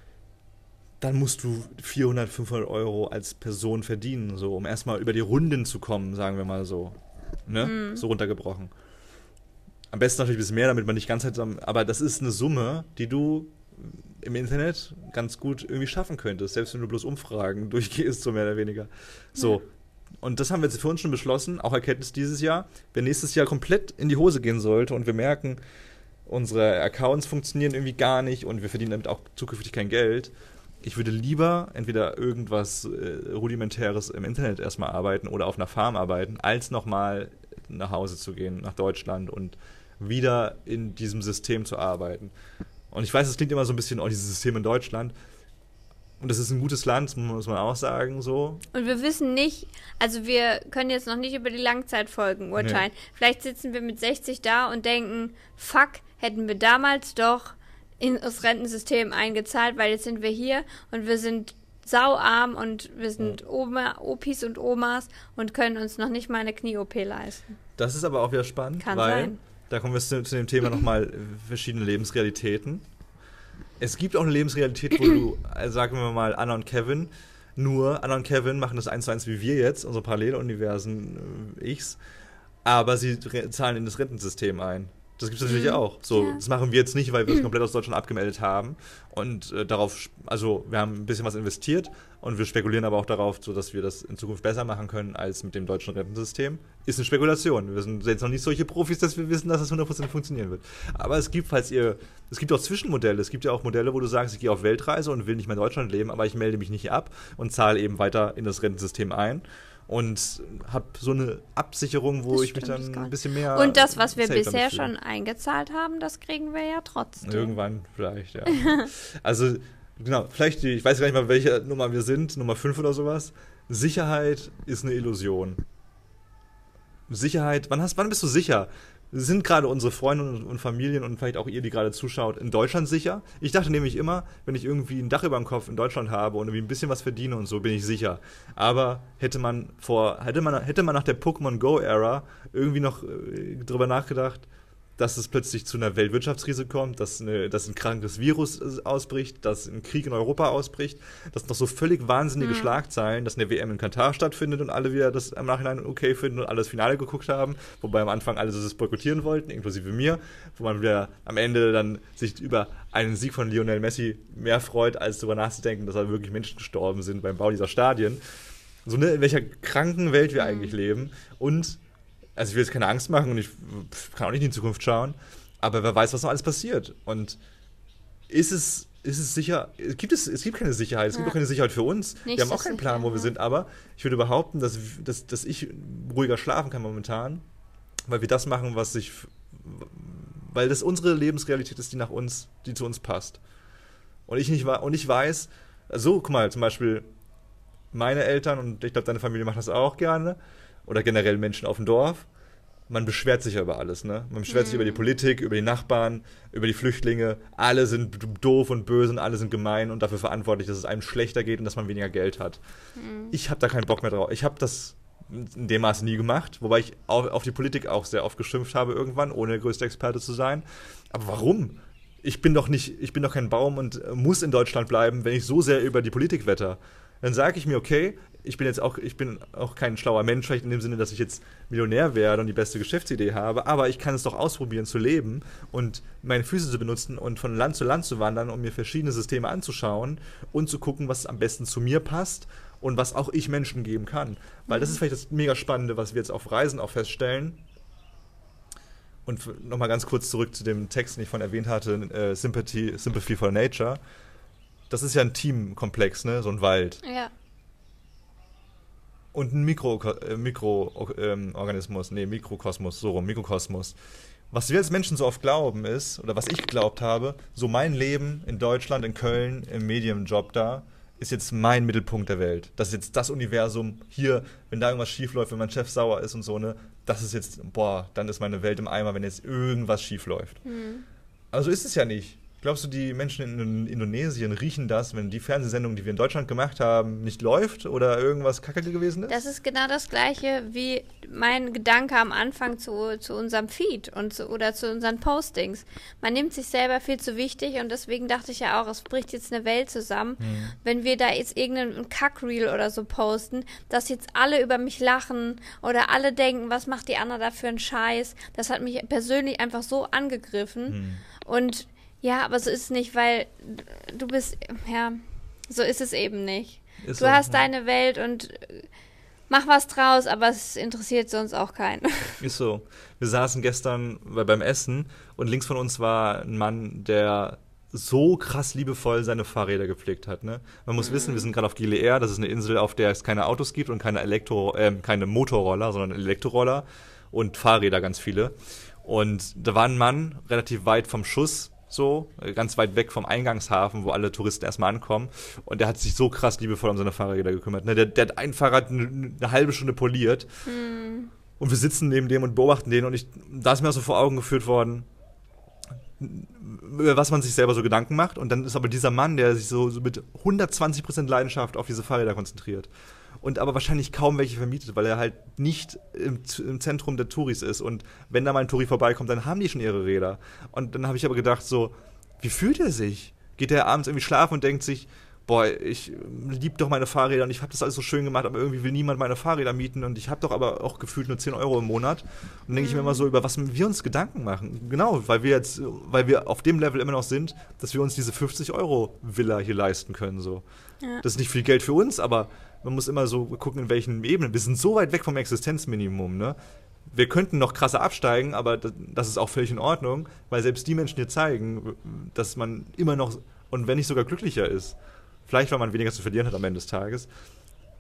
dann musst du vierhundert, fünfhundert Euro als Person verdienen, so, um erstmal über die Runden zu kommen, sagen wir mal so. Ne? Mhm. So runtergebrochen. Am besten natürlich ein bisschen mehr, damit man nicht ganz halt, aber das ist eine Summe, die du im Internet ganz gut irgendwie schaffen könntest, selbst wenn du bloß Umfragen durchgehst, so mehr oder weniger. So. Ja. Und das haben wir jetzt für uns schon beschlossen, auch Erkenntnis dieses Jahr. Wenn nächstes Jahr komplett in die Hose gehen sollte und wir merken, unsere Accounts funktionieren irgendwie gar nicht und wir verdienen damit auch zukünftig kein Geld, ich würde lieber entweder irgendwas äh, Rudimentäres im Internet erstmal arbeiten oder auf einer Farm arbeiten, als nochmal nach Hause zu gehen, nach Deutschland und wieder in diesem System zu arbeiten. Und ich weiß, es klingt immer so ein bisschen, oh, dieses System in Deutschland. Und das ist ein gutes Land, muss man auch sagen, so. Und wir wissen nicht, also wir können jetzt noch nicht über die Langzeitfolgen urteilen. Nee. Vielleicht sitzen wir mit sechzig da und denken, fuck, hätten wir damals doch in das Rentensystem eingezahlt, weil jetzt sind wir hier und wir sind sauarm und wir sind ja. Oma, Opis und Omas und können uns noch nicht mal eine Knie-O P leisten. Das ist aber auch wieder spannend, Kann weil... sein. Da kommen wir zu, zu dem Thema nochmal verschiedene Lebensrealitäten. Es gibt auch eine Lebensrealität, wo du, also sagen wir mal, Anna und Kevin, nur Anna und Kevin machen das eins zu eins wie wir jetzt, unsere Paralleluniversen äh, Ichs, aber sie re- zahlen in das Rentensystem ein. Das gibt es natürlich mhm. auch. So, ja. Das machen wir jetzt nicht, weil wir es komplett aus Deutschland abgemeldet haben. Und äh, darauf, also wir haben ein bisschen was investiert und wir spekulieren aber auch darauf, so dass wir das in Zukunft besser machen können als mit dem deutschen Rentensystem. Ist eine Spekulation. Wir sind jetzt noch nicht solche Profis, dass wir wissen, dass das hundert Prozent funktionieren wird. Aber es gibt, falls ihr, es gibt auch Zwischenmodelle. Es gibt ja auch Modelle, wo du sagst, ich gehe auf Weltreise und will nicht mehr in Deutschland leben, aber ich melde mich nicht ab und zahle eben weiter in das Rentensystem ein. und habe so eine Absicherung, wo Das ich mich stimmt, das dann gar ein nicht. bisschen mehr Und das, was wir safe bisher damit fühle. schon eingezahlt haben, das kriegen wir ja trotzdem. Irgendwann vielleicht, ja. Also, genau, vielleicht, die, ich weiß gar nicht mal, welche Nummer wir sind, Nummer fünf oder sowas. Sicherheit ist eine Illusion. Sicherheit, wann, hast, wann bist du sicher? Sind gerade unsere Freunde und, und Familien und vielleicht auch ihr, die gerade zuschaut, in Deutschland sicher? Ich dachte nämlich immer, wenn ich irgendwie ein Dach über dem Kopf in Deutschland habe und irgendwie ein bisschen was verdiene und so, bin ich sicher. Aber hätte man vor, hätte man, hätte man nach der Pokémon Go-Ära irgendwie noch äh, drüber nachgedacht, dass es plötzlich zu einer Weltwirtschaftskrise kommt, dass, eine, dass ein krankes Virus ausbricht, dass ein Krieg in Europa ausbricht, dass noch so völlig wahnsinnige mhm. Schlagzeilen, dass eine W M in Katar stattfindet und alle wieder das im Nachhinein okay finden und alle das Finale geguckt haben, wobei am Anfang alle das boykottieren wollten, inklusive mir, wo man wieder am Ende dann sich über einen Sieg von Lionel Messi mehr freut, als darüber nachzudenken, dass da wirklich Menschen gestorben sind beim Bau dieser Stadien. So eine, in welcher kranken Welt wir mhm. eigentlich leben. Und also ich will jetzt keine Angst machen und ich kann auch nicht in die Zukunft schauen, aber wer weiß, was noch alles passiert. Und ist es, ist es sicher, gibt es, es gibt keine Sicherheit, es ja. gibt auch keine Sicherheit für uns. Nicht wir haben auch keinen Plan, sicher, wo wir ja. sind, aber ich würde behaupten, dass, dass, dass ich ruhiger schlafen kann momentan, weil wir das machen, was sich, weil das unsere Lebensrealität ist, die nach uns, die zu uns passt. Und ich nicht und ich weiß, also guck mal, zum Beispiel meine Eltern und ich glaube, deine Familie macht das auch gerne, oder generell Menschen auf dem Dorf, man beschwert sich ja über alles, ne? Man beschwert mhm. sich über die Politik, über die Nachbarn, über die Flüchtlinge. Alle sind doof und böse und alle sind gemein und dafür verantwortlich, dass es einem schlechter geht und dass man weniger Geld hat. Mhm. Ich habe da keinen Bock mehr drauf. Ich habe das in dem Maße nie gemacht, wobei ich auf, auf die Politik auch sehr oft geschimpft habe irgendwann, ohne der größte Experte zu sein. Aber warum? Ich bin doch nicht, ich bin doch kein Baum und muss in Deutschland bleiben, wenn ich so sehr über die Politik wetter. Dann sage ich mir, okay, ich bin jetzt auch, ich bin auch kein schlauer Mensch, vielleicht in dem Sinne, dass ich jetzt Millionär werde und die beste Geschäftsidee habe, aber ich kann es doch ausprobieren zu leben und meine Füße zu benutzen und von Land zu Land zu wandern, um mir verschiedene Systeme anzuschauen und zu gucken, was am besten zu mir passt und was auch ich Menschen geben kann. Weil das ist vielleicht das mega Spannende, was wir jetzt auf Reisen auch feststellen. Und nochmal ganz kurz zurück zu dem Text, den ich vorhin erwähnt hatte, äh, Sympathy, Sympathy for Nature. Das ist ja ein Teamkomplex, ne? So ein Wald. Ja. Und ein Mikroorganismus, äh, Mikro, ähm, nee, Mikrokosmos, so rum, Mikrokosmos. Was wir als Menschen so oft glauben ist, oder was ich geglaubt habe, so mein Leben in Deutschland, in Köln, im Medienjob da, ist jetzt mein Mittelpunkt der Welt. Das ist jetzt das Universum hier, wenn da irgendwas schief läuft, wenn mein Chef sauer ist und so, ne, das ist jetzt, boah, dann ist meine Welt im Eimer, wenn jetzt irgendwas schief läuft. Mhm. Aber so ist es ja nicht. Glaubst du, die Menschen in Indonesien riechen das, wenn die Fernsehsendung, die wir in Deutschland gemacht haben, nicht läuft oder irgendwas kacke gewesen ist? Das ist genau das Gleiche wie mein Gedanke am Anfang zu, zu unserem Feed und zu, oder zu unseren Postings. Man nimmt sich selber viel zu wichtig und deswegen dachte ich ja auch, es bricht jetzt eine Welt zusammen, hm. wenn wir da jetzt irgendeinen Kackreel oder so posten, dass jetzt alle über mich lachen oder alle denken, was macht die Anna da für einen Scheiß. Das hat mich persönlich einfach so angegriffen hm. und ja, aber so ist es nicht, weil du bist, ja, so ist es eben nicht. Ist du so, hast ja. deine Welt und mach was draus, aber es interessiert sonst auch keinen. Ist so. Wir saßen gestern beim Essen und links von uns war ein Mann, der so krass liebevoll seine Fahrräder gepflegt hat. Ne? Man muss mhm. wissen, wir sind gerade auf Gilead, das ist eine Insel, auf der es keine Autos gibt und keine, Elektro, äh, keine Motorroller, sondern Elektroroller und Fahrräder ganz viele. Und da war ein Mann relativ weit vom Schuss, so, ganz weit weg vom Eingangshafen, wo alle Touristen erstmal ankommen. Und der hat sich so krass liebevoll um seine Fahrräder gekümmert. Ne? Der, der hat ein Fahrrad eine, eine halbe Stunde poliert. Hm. Und wir sitzen neben dem und beobachten den. Und ich, da ist mir auch so vor Augen geführt worden, über was man sich selber so Gedanken macht. Und dann ist aber dieser Mann, der sich so, so mit hundertzwanzig Prozent Leidenschaft auf diese Fahrräder konzentriert. Und aber wahrscheinlich kaum welche vermietet, weil er halt nicht im, im Zentrum der Touris ist. Und wenn da mal ein Touri vorbeikommt, dann haben die schon ihre Räder. Und dann habe ich aber gedacht so, wie fühlt er sich? Geht er abends irgendwie schlafen und denkt sich, boah, ich liebe doch meine Fahrräder und ich habe das alles so schön gemacht, aber irgendwie will niemand meine Fahrräder mieten und ich habe doch aber auch gefühlt nur zehn Euro im Monat. Und dann denke ich mir immer so, über was wir uns Gedanken machen. Genau, weil wir jetzt, weil wir auf dem Level immer noch sind, dass wir uns diese fünfzig Euro Villa hier leisten können. So. Ja. Das ist nicht viel Geld für uns, aber man muss immer so gucken, in welchen Ebenen. Wir sind so weit weg vom Existenzminimum, ne? Wir könnten noch krasser absteigen, aber das, das ist auch völlig in Ordnung, weil selbst die Menschen hier zeigen, dass man immer noch, und wenn nicht sogar glücklicher ist, vielleicht weil man weniger zu verlieren hat am Ende des Tages,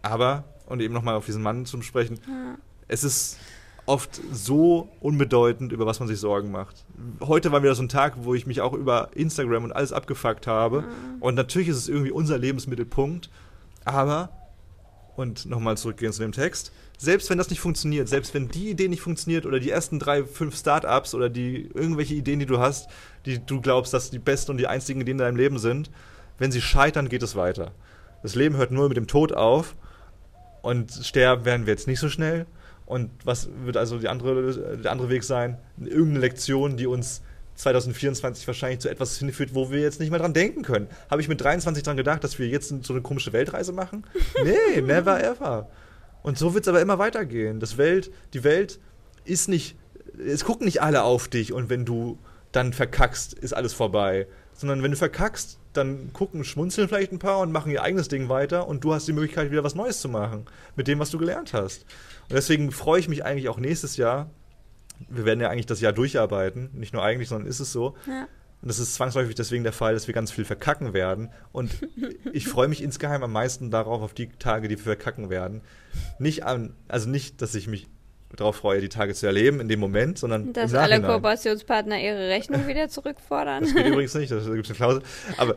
Aber, und eben nochmal auf diesen Mann zu sprechen, Ja. es ist oft so unbedeutend, über was man sich Sorgen macht. Heute war wieder so ein Tag, wo ich mich auch über Instagram und alles abgefuckt habe. Mhm. Und natürlich ist es irgendwie unser Lebensmittelpunkt. Aber, und nochmal zurückgehen zu dem Text, selbst wenn das nicht funktioniert, selbst wenn die Idee nicht funktioniert oder die ersten drei, fünf Startups oder die irgendwelche Ideen, die du hast, die du glaubst, dass die besten und die einzigen Ideen in deinem Leben sind, wenn sie scheitern, geht es weiter. Das Leben hört nur mit dem Tod auf und sterben werden wir jetzt nicht so schnell. Und was wird also die andere, der andere Weg sein? Irgendeine Lektion, die uns zwanzig vierundzwanzig wahrscheinlich zu etwas hinführt, wo wir jetzt nicht mehr dran denken können. Habe ich mit dreiundzwanzig dran gedacht, dass wir jetzt so eine komische Weltreise machen? Nee, never ever. Und so wird es aber immer weitergehen. Das Welt, die Welt ist nicht, es gucken nicht alle auf dich und wenn du dann verkackst, ist alles vorbei. Sondern wenn du verkackst, dann gucken, schmunzeln vielleicht ein paar und machen ihr eigenes Ding weiter und du hast die Möglichkeit, wieder was Neues zu machen mit dem, was du gelernt hast. Und deswegen freue ich mich eigentlich auch nächstes Jahr. Wir werden ja eigentlich das Jahr durcharbeiten. Nicht nur eigentlich, sondern ist es so. Ja. Und das ist zwangsläufig deswegen der Fall, dass wir ganz viel verkacken werden. Und ich freue mich insgeheim am meisten darauf, auf die Tage, die wir verkacken werden. Nicht an, also nicht, dass ich mich darauf freue, die Tage zu erleben in dem Moment, sondern dass im alle Nachhinein. Kooperationspartner ihre Rechnung wieder zurückfordern. Das geht übrigens nicht, da gibt es eine Klausel. Aber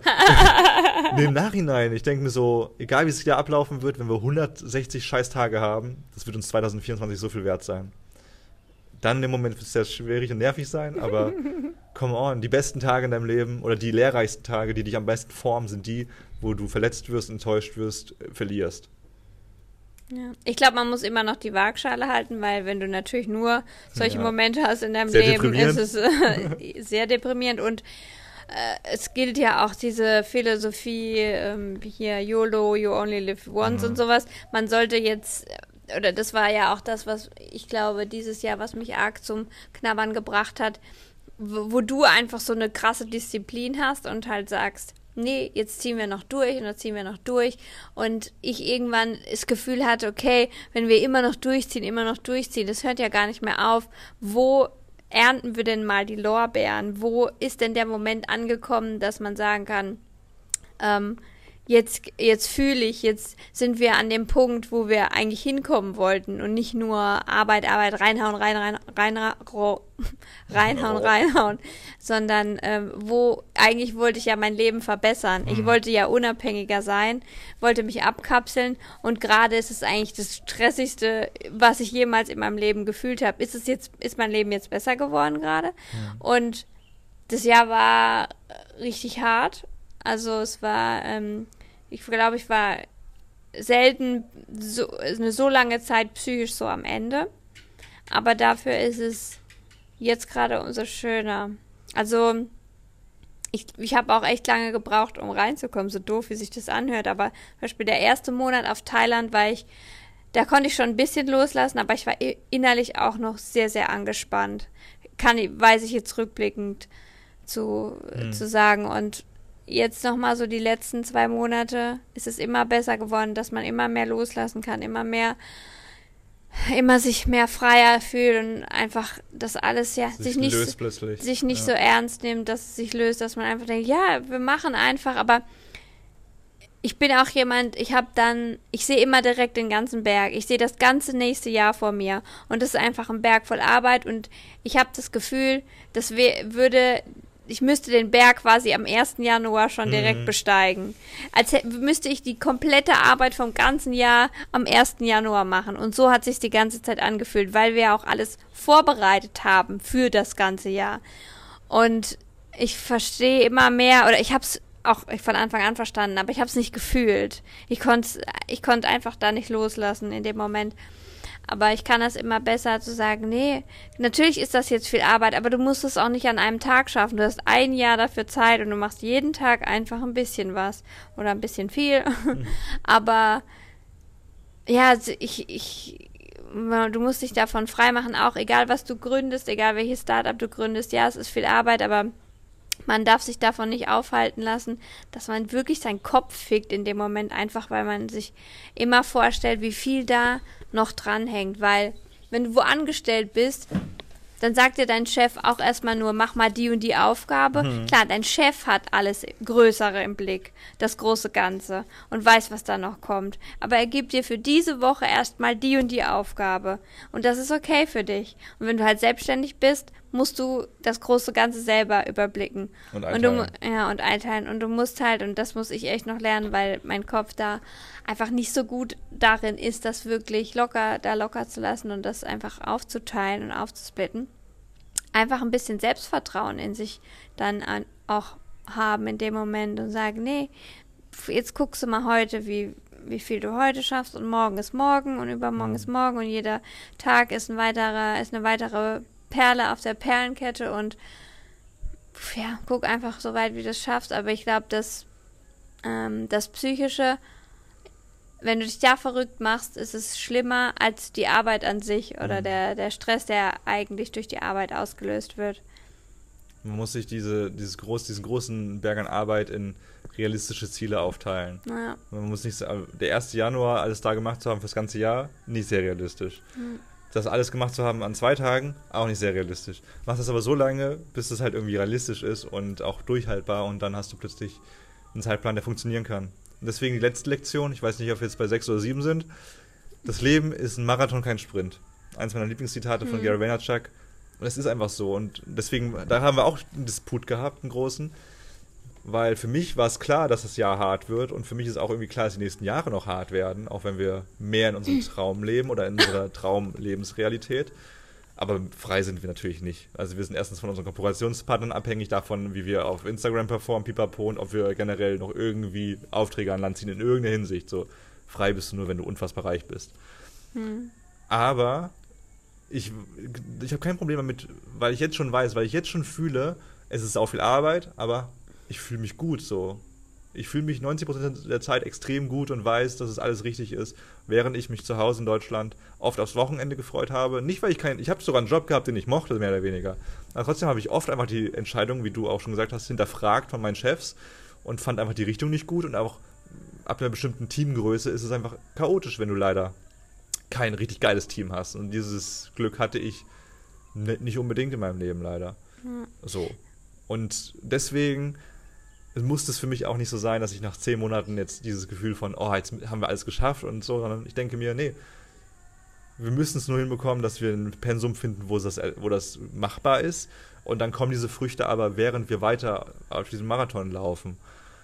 im Nachhinein, ich denke mir so, egal wie es wieder ablaufen wird, wenn wir hundertsechzig Scheißtage haben, das wird uns zwanzig vierundzwanzig so viel wert sein. Dann im Moment wird es sehr schwierig und nervig sein, aber come on, die besten Tage in deinem Leben oder die lehrreichsten Tage, die dich am besten formen, sind die, wo du verletzt wirst, enttäuscht wirst, verlierst. Ja. Ich glaube, man muss immer noch die Waagschale halten, weil wenn du natürlich nur solche Ja. Momente hast in deinem Sehr Leben, ist deprimierend. es äh, sehr deprimierend und äh, es gilt ja auch diese Philosophie ähm, hier YOLO, you only live once Mhm. und sowas. Man sollte jetzt, oder das war ja auch das, was ich glaube, dieses Jahr, was mich arg zum Knabbern gebracht hat, wo, wo du einfach so eine krasse Disziplin hast und halt sagst, nee, jetzt ziehen wir noch durch und dann ziehen wir noch durch und ich irgendwann das Gefühl hatte, okay, wenn wir immer noch durchziehen, immer noch durchziehen, das hört ja gar nicht mehr auf, wo ernten wir denn mal die Lorbeeren? Wo ist denn der Moment angekommen, dass man sagen kann, ähm, jetzt, jetzt fühle ich, jetzt sind wir an dem Punkt, wo wir eigentlich hinkommen wollten und nicht nur Arbeit, Arbeit, reinhauen, rein, rein, rein, rein reinhauen, reinhauen, sondern ähm, wo eigentlich wollte ich ja mein Leben verbessern. Ich wollte ja unabhängiger sein, wollte mich abkapseln und gerade ist es eigentlich das Stressigste, was ich jemals in meinem Leben gefühlt habe. Ist es jetzt, ist mein Leben jetzt besser geworden gerade? Ja. Und das Jahr war richtig hart. Also es war, ähm, ich glaube, ich war selten so, eine so lange Zeit psychisch so am Ende. Aber dafür ist es jetzt gerade umso schöner. Also ich, ich habe auch echt lange gebraucht, um reinzukommen, so doof, wie sich das anhört. Aber zum Beispiel der erste Monat auf Thailand war ich, da konnte ich schon ein bisschen loslassen, aber ich war innerlich auch noch sehr, sehr angespannt. Kann, weiß ich jetzt rückblickend zu, Mhm. zu sagen. Und jetzt nochmal so die letzten zwei Monate ist es immer besser geworden, dass man immer mehr loslassen kann, immer mehr, immer sich mehr freier fühlt und einfach das alles ja sich, Sich nicht, löst plötzlich. sich nicht Ja. so ernst nimmt, dass es sich löst, dass man einfach denkt, ja, wir machen einfach, aber ich bin auch jemand, ich habe dann, ich sehe immer direkt den ganzen Berg. Ich sehe das ganze nächste Jahr vor mir und das ist einfach ein Berg voll Arbeit und ich habe das Gefühl, das we- würde, ich müsste den Berg quasi am ersten Januar schon direkt Mhm. besteigen. Als hä- müsste ich die komplette Arbeit vom ganzen Jahr am ersten Januar machen und so hat sich die ganze Zeit angefühlt, weil wir auch alles vorbereitet haben für das ganze Jahr. Und ich verstehe immer mehr, oder ich habe es auch von Anfang an verstanden, aber ich habe es nicht gefühlt. Ich konnte ich konnte einfach da nicht loslassen in dem Moment. Aber ich kann das immer besser zu sagen, nee, natürlich ist das jetzt viel Arbeit, aber du musst es auch nicht an einem Tag schaffen. Du hast ein Jahr dafür Zeit und du machst jeden Tag einfach ein bisschen was oder ein bisschen viel. Mhm. Aber ja, ich, ich, du musst dich davon freimachen, auch egal was du gründest, egal welches Startup du gründest. Ja, es ist viel Arbeit, aber man darf sich davon nicht aufhalten lassen, dass man wirklich seinen Kopf fickt in dem Moment, einfach weil man sich immer vorstellt, wie viel da noch dranhängt. Weil, wenn du wo angestellt bist, Dann sagt dir dein Chef auch erstmal nur, mach mal die und die Aufgabe. Mhm. Klar, dein Chef hat alles Größere im Blick, das große Ganze und weiß, was da noch kommt. Aber er gibt dir für diese Woche erstmal die und die Aufgabe. Und das ist okay für dich. Und wenn du halt selbstständig bist, musst du das große Ganze selber überblicken. Und einteilen. Und du, ja, und einteilen. Und du musst halt, und das muss ich echt noch lernen, weil mein Kopf da einfach nicht so gut darin ist, das wirklich locker, da locker zu lassen und das einfach aufzuteilen und aufzusplitten. Einfach ein bisschen Selbstvertrauen in sich dann an, auch haben in dem Moment und sagen, nee, jetzt guckst du mal heute, wie, wie viel du heute schaffst und morgen ist morgen und übermorgen mhm. ist morgen und jeder Tag ist ein weiterer, ist eine weitere Perle auf der Perlenkette und ja, guck einfach so weit, wie du es schaffst. Aber ich glaube, dass ähm, das Psychische, wenn du dich da verrückt machst, ist es schlimmer als die Arbeit an sich oder mhm. der, der Stress, der eigentlich durch die Arbeit ausgelöst wird. Man muss sich diese, dieses groß, diesen großen Berg an Arbeit in realistische Ziele aufteilen. Ja. Man muss nicht, der erste Januar alles da gemacht zu haben für das ganze Jahr, nicht sehr realistisch. Mhm. Das alles gemacht zu haben an zwei Tagen, auch nicht sehr realistisch. Mach das aber so lange, bis es halt irgendwie realistisch ist und auch durchhaltbar und dann hast du plötzlich einen Zeitplan, der funktionieren kann. Und deswegen die letzte Lektion, ich weiß nicht, ob wir jetzt bei sechs oder sieben sind. Das Leben ist ein Marathon, kein Sprint. Eins meiner Lieblingszitate von mhm. Gary Vaynerchuk. Und es ist einfach so. Und deswegen, da haben wir auch einen Disput gehabt, einen großen. Weil für mich war es klar, dass das Jahr hart wird. Und für mich ist auch irgendwie klar, dass die nächsten Jahre noch hart werden. Auch wenn wir mehr in unserem Traum leben oder in unserer Traumlebensrealität. Aber frei sind wir natürlich nicht. Also wir sind erstens von unseren Kooperationspartnern abhängig davon, wie wir auf Instagram performen, pipapo, und ob wir generell noch irgendwie Aufträge an Land ziehen in irgendeiner Hinsicht. So frei bist du nur, wenn du unfassbar reich bist. Hm. Aber ich, ich habe kein Problem damit, weil ich jetzt schon weiß, weil ich jetzt schon fühle, es ist auch viel Arbeit, aber ich fühle mich gut so. Ich fühle mich neunzig Prozent der Zeit extrem gut und weiß, dass es alles richtig ist, während ich mich zu Hause in Deutschland oft aufs Wochenende gefreut habe. Nicht, weil ich kein, ich habe sogar einen Job gehabt, den ich mochte, mehr oder weniger. Aber trotzdem habe ich oft einfach die Entscheidung, wie du auch schon gesagt hast, hinterfragt von meinen Chefs und fand einfach die Richtung nicht gut. Und auch ab einer bestimmten Teamgröße ist es einfach chaotisch, wenn du leider kein richtig geiles Team hast. Und dieses Glück hatte ich nicht unbedingt in meinem Leben, leider. Mhm. So. Und deswegen muss es für mich auch nicht so sein, dass ich nach zehn Monaten jetzt dieses Gefühl von, oh, jetzt haben wir alles geschafft und so, sondern ich denke mir, nee, wir müssen es nur hinbekommen, dass wir ein Pensum finden, wo das, wo das machbar ist, und dann kommen diese Früchte aber, während wir weiter auf diesem Marathon laufen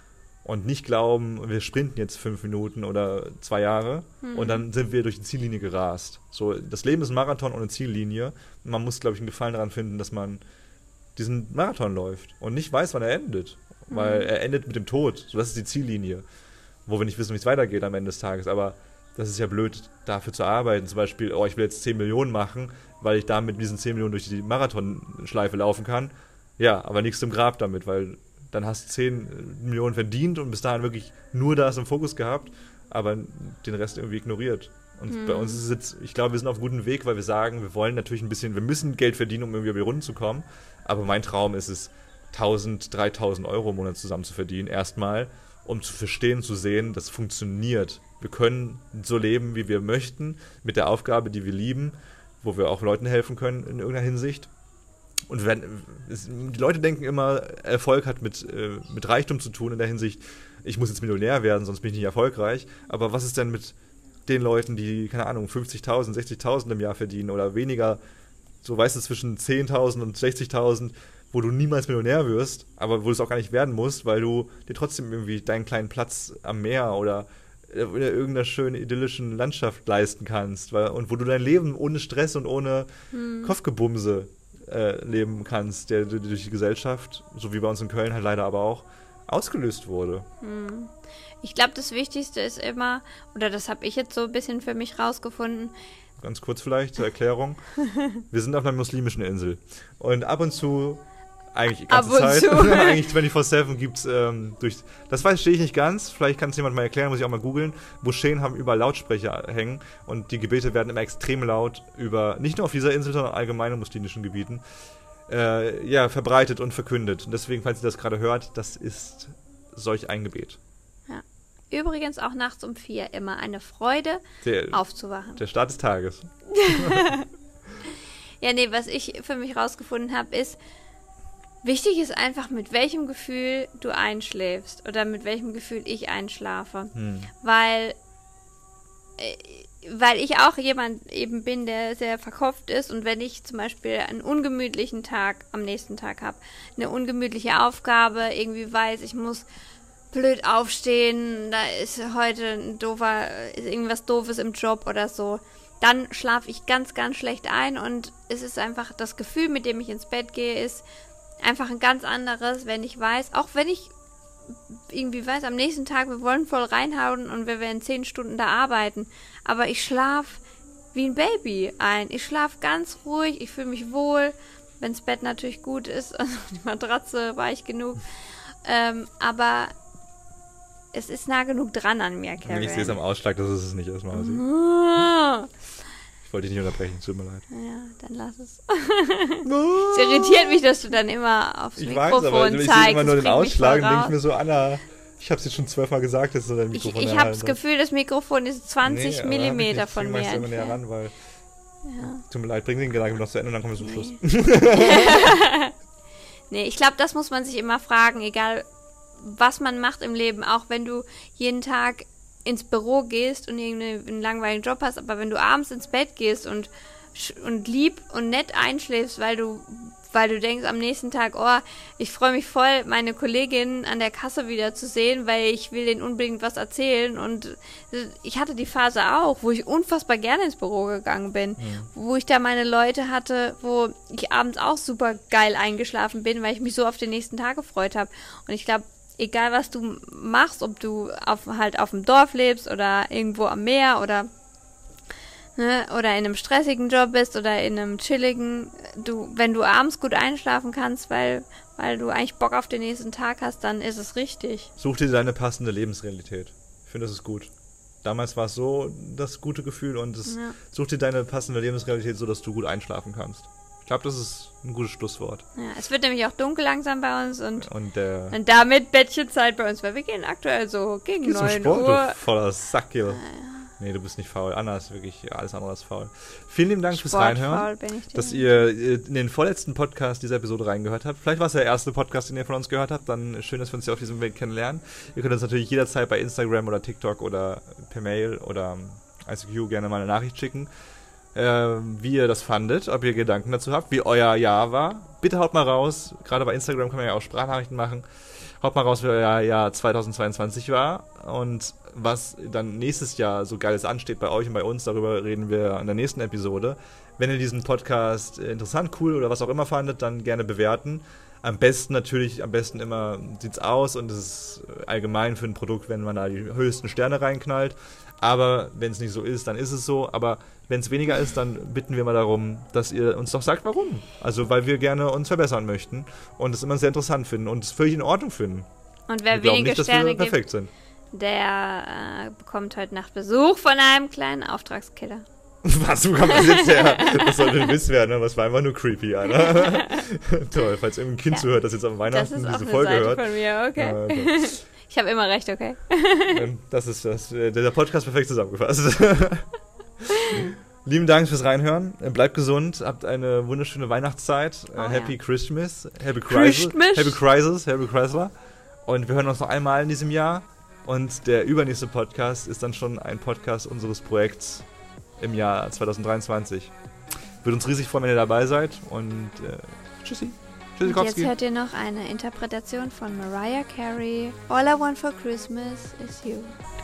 und nicht glauben, wir sprinten jetzt fünf Minuten oder zwei Jahre mhm. und dann sind wir durch die Ziellinie gerast. So, das Leben ist ein Marathon ohne Ziellinie. Man muss, glaube ich, einen Gefallen daran finden, dass man diesen Marathon läuft und nicht weiß, wann er endet. Weil er endet mit dem Tod. So, das ist die Ziellinie. Wo wir nicht wissen, wie es weitergeht am Ende des Tages. Aber das ist ja blöd, dafür zu arbeiten. Zum Beispiel, oh, ich will jetzt zehn Millionen machen, weil ich damit mit diesen zehn Millionen durch die Marathonschleife laufen kann. Ja, aber nichts im Grab damit, weil dann hast du zehn Millionen verdient und bis dahin wirklich nur das im Fokus gehabt, aber den Rest irgendwie ignoriert. Und hm. bei uns ist es jetzt, ich glaube, wir sind auf einem guten Weg, weil wir sagen, wir wollen natürlich ein bisschen, wir müssen Geld verdienen, um irgendwie über die Runden zu kommen. Aber mein Traum ist es, tausend, dreitausend Euro im Monat zusammen zu verdienen, erstmal, um zu verstehen, zu sehen, das funktioniert. Wir können so leben, wie wir möchten, mit der Aufgabe, die wir lieben, wo wir auch Leuten helfen können in irgendeiner Hinsicht. Und wenn, es, die Leute denken immer, Erfolg hat mit, äh, mit Reichtum zu tun, in der Hinsicht, ich muss jetzt Millionär werden, sonst bin ich nicht erfolgreich. Aber was ist denn mit den Leuten, die, keine Ahnung, fünfzigtausend, sechzigtausend im Jahr verdienen oder weniger, so weißt du, zwischen zehntausend und sechzigtausend, wo du niemals Millionär wirst, aber wo du es auch gar nicht werden musst, weil du dir trotzdem irgendwie deinen kleinen Platz am Meer oder in irgendeiner schönen, idyllischen Landschaft leisten kannst, weil, und wo du dein Leben ohne Stress und ohne hm. Kopfgebumse äh, leben kannst, der durch die Gesellschaft, so wie bei uns in Köln halt leider aber auch, ausgelöst wurde. Hm. Ich glaube, das Wichtigste ist immer, oder das habe ich jetzt so ein bisschen für mich rausgefunden, ganz kurz vielleicht zur Erklärung, wir sind auf einer muslimischen Insel und ab und zu eigentlich die ganze Zeit. Eigentlich vierundzwanzig sieben gibt es ähm, durch. Das verstehe ich nicht ganz. Vielleicht kann es jemand mal erklären, muss ich auch mal googeln. Moscheen haben überall Lautsprecher hängen und die Gebete werden immer extrem laut über, nicht nur auf dieser Insel, sondern allgemein in muslimischen Gebieten, äh, ja, verbreitet und verkündet. Und deswegen, falls ihr das gerade hört, das ist solch ein Gebet. Ja. Übrigens auch nachts um vier immer eine Freude, der, aufzuwachen. Der Start des Tages. Ja, nee, was ich für mich rausgefunden habe, ist, wichtig ist einfach, mit welchem Gefühl du einschläfst oder mit welchem Gefühl ich einschlafe. Hm. Weil, äh, weil ich auch jemand eben bin, der sehr verkopft ist und wenn ich zum Beispiel einen ungemütlichen Tag am nächsten Tag habe, eine ungemütliche Aufgabe, irgendwie weiß, ich muss blöd aufstehen, da ist heute ein doofer, ist irgendwas Doofes im Job oder so, dann schlafe ich ganz, ganz schlecht ein und es ist einfach, das Gefühl, mit dem ich ins Bett gehe, ist einfach ein ganz anderes, wenn ich weiß, auch wenn ich irgendwie weiß, am nächsten Tag, wir wollen voll reinhauen und wir werden zehn Stunden da arbeiten, aber ich schlafe wie ein Baby ein. Ich schlafe ganz ruhig, ich fühle mich wohl, wenn das Bett natürlich gut ist, also die Matratze weich genug, ähm, aber es ist nah genug dran an mir, Karen. Ich sehe es am Ausschlag, dass es es nicht ist, Mausi. Oh. Ich wollte dich nicht unterbrechen, tut mir leid. Ja, dann lass es. Es irritiert mich, dass du dann immer aufs ich Mikrofon weiß, aber zeigst. Ich sehe immer nur das den Ausschlag und denke raus. mir so, Anna, ich habe es jetzt schon zwölfmal gesagt, dass du dein Mikrofon Ich, ich habe das Gefühl, das Mikrofon ist zwanzig nee, Millimeter von mir entfernt. entfernt. Näher ran, weil Ja. Tut mir leid, bring den Gedanken noch zu Ende und dann kommen wir zum Nee. Schluss. Nee, ich glaube, das muss man sich immer fragen, egal was man macht im Leben, auch wenn du jeden Tag ins Büro gehst und irgendeinen langweiligen Job hast, aber wenn du abends ins Bett gehst und, und lieb und nett einschläfst, weil du weil du denkst am nächsten Tag, oh, ich freue mich voll, meine Kollegin an der Kasse wieder zu sehen, weil ich will denen unbedingt was erzählen und ich hatte die Phase auch, wo ich unfassbar gerne ins Büro gegangen bin, ja. Wo ich da meine Leute hatte, wo ich abends auch super geil eingeschlafen bin, weil ich mich so auf den nächsten Tag gefreut habe und ich glaube, egal was du machst, ob du auf, halt auf dem Dorf lebst oder irgendwo am Meer oder ne, oder in einem stressigen Job bist oder in einem chilligen, du, wenn du abends gut einschlafen kannst, weil, weil du eigentlich Bock auf den nächsten Tag hast, dann ist es richtig. Such dir deine passende Lebensrealität. Ich finde, das ist gut. Damals war es so das gute Gefühl und es, ja. Such dir deine passende Lebensrealität, so dass du gut einschlafen kannst. Ich glaube, das ist ein gutes Schlusswort. Ja, es wird nämlich auch dunkel langsam bei uns und, und, äh, und damit Bettchenzeit bei uns, weil wir gehen aktuell so gegen neun Uhr. Du voller Sack, ja. Nee, du bist nicht faul. Anna ist wirklich alles andere als faul. Vielen lieben Dank fürs Reinhören, dass ihr in den vorletzten Podcast dieser Episode reingehört habt. Vielleicht war es der erste Podcast, den ihr von uns gehört habt. Dann schön, dass wir uns hier auf diesem Weg kennenlernen. Ihr könnt uns natürlich jederzeit bei Instagram oder TikTok oder per Mail oder I C Q gerne mal eine Nachricht schicken, äh, wie ihr das fandet, ob ihr Gedanken dazu habt, wie euer Jahr war. Bitte haut mal raus. Gerade bei Instagram kann man ja auch Sprachnachrichten machen. Haut mal raus, wie euer Jahr zweitausendzweiundzwanzig war und was dann nächstes Jahr so Geiles ansteht bei euch und bei uns. Darüber reden wir in der nächsten Episode. Wenn ihr diesen Podcast interessant, cool oder was auch immer fandet, dann gerne bewerten. Am besten natürlich, am besten immer sieht's aus und es ist allgemein für ein Produkt, wenn man da die höchsten Sterne reinknallt. Aber wenn es nicht so ist, dann ist es so. Aber wenn es weniger ist, dann bitten wir mal darum, dass ihr uns doch sagt, warum. Also, weil wir gerne uns verbessern möchten und es immer sehr interessant finden und es völlig in Ordnung finden. Und wer wir glauben wenige nicht, dass Sterne wir perfekt gibt, sind. der äh, bekommt heute Nacht Besuch von einem kleinen Auftragskiller. Was, wo kam das jetzt her? Das sollte ein Witz werden, ne? Das war einfach nur creepy, Alter. Toll, falls irgendein Kind Ja. zuhört, das jetzt am Weihnachten Das ist auch diese eine Folge Seite hört. von mir, okay. Ja, okay. Ich habe immer recht, okay. Das ist das, der Podcast perfekt zusammengefasst. Lieben Dank fürs Reinhören. Bleibt gesund, habt eine wunderschöne Weihnachtszeit. Oh, Happy ja. Christmas. Happy Crisis. Christmas. Happy Crisis. Happy Chrysler. Und wir hören uns noch einmal in diesem Jahr. Und der übernächste Podcast ist dann schon ein Podcast unseres Projekts im Jahr zweitausenddreiundzwanzig. Würde uns riesig freuen, wenn ihr dabei seid. Und äh, tschüssi. Und jetzt hört ihr noch eine Interpretation von Mariah Carey. All I Want for Christmas is You.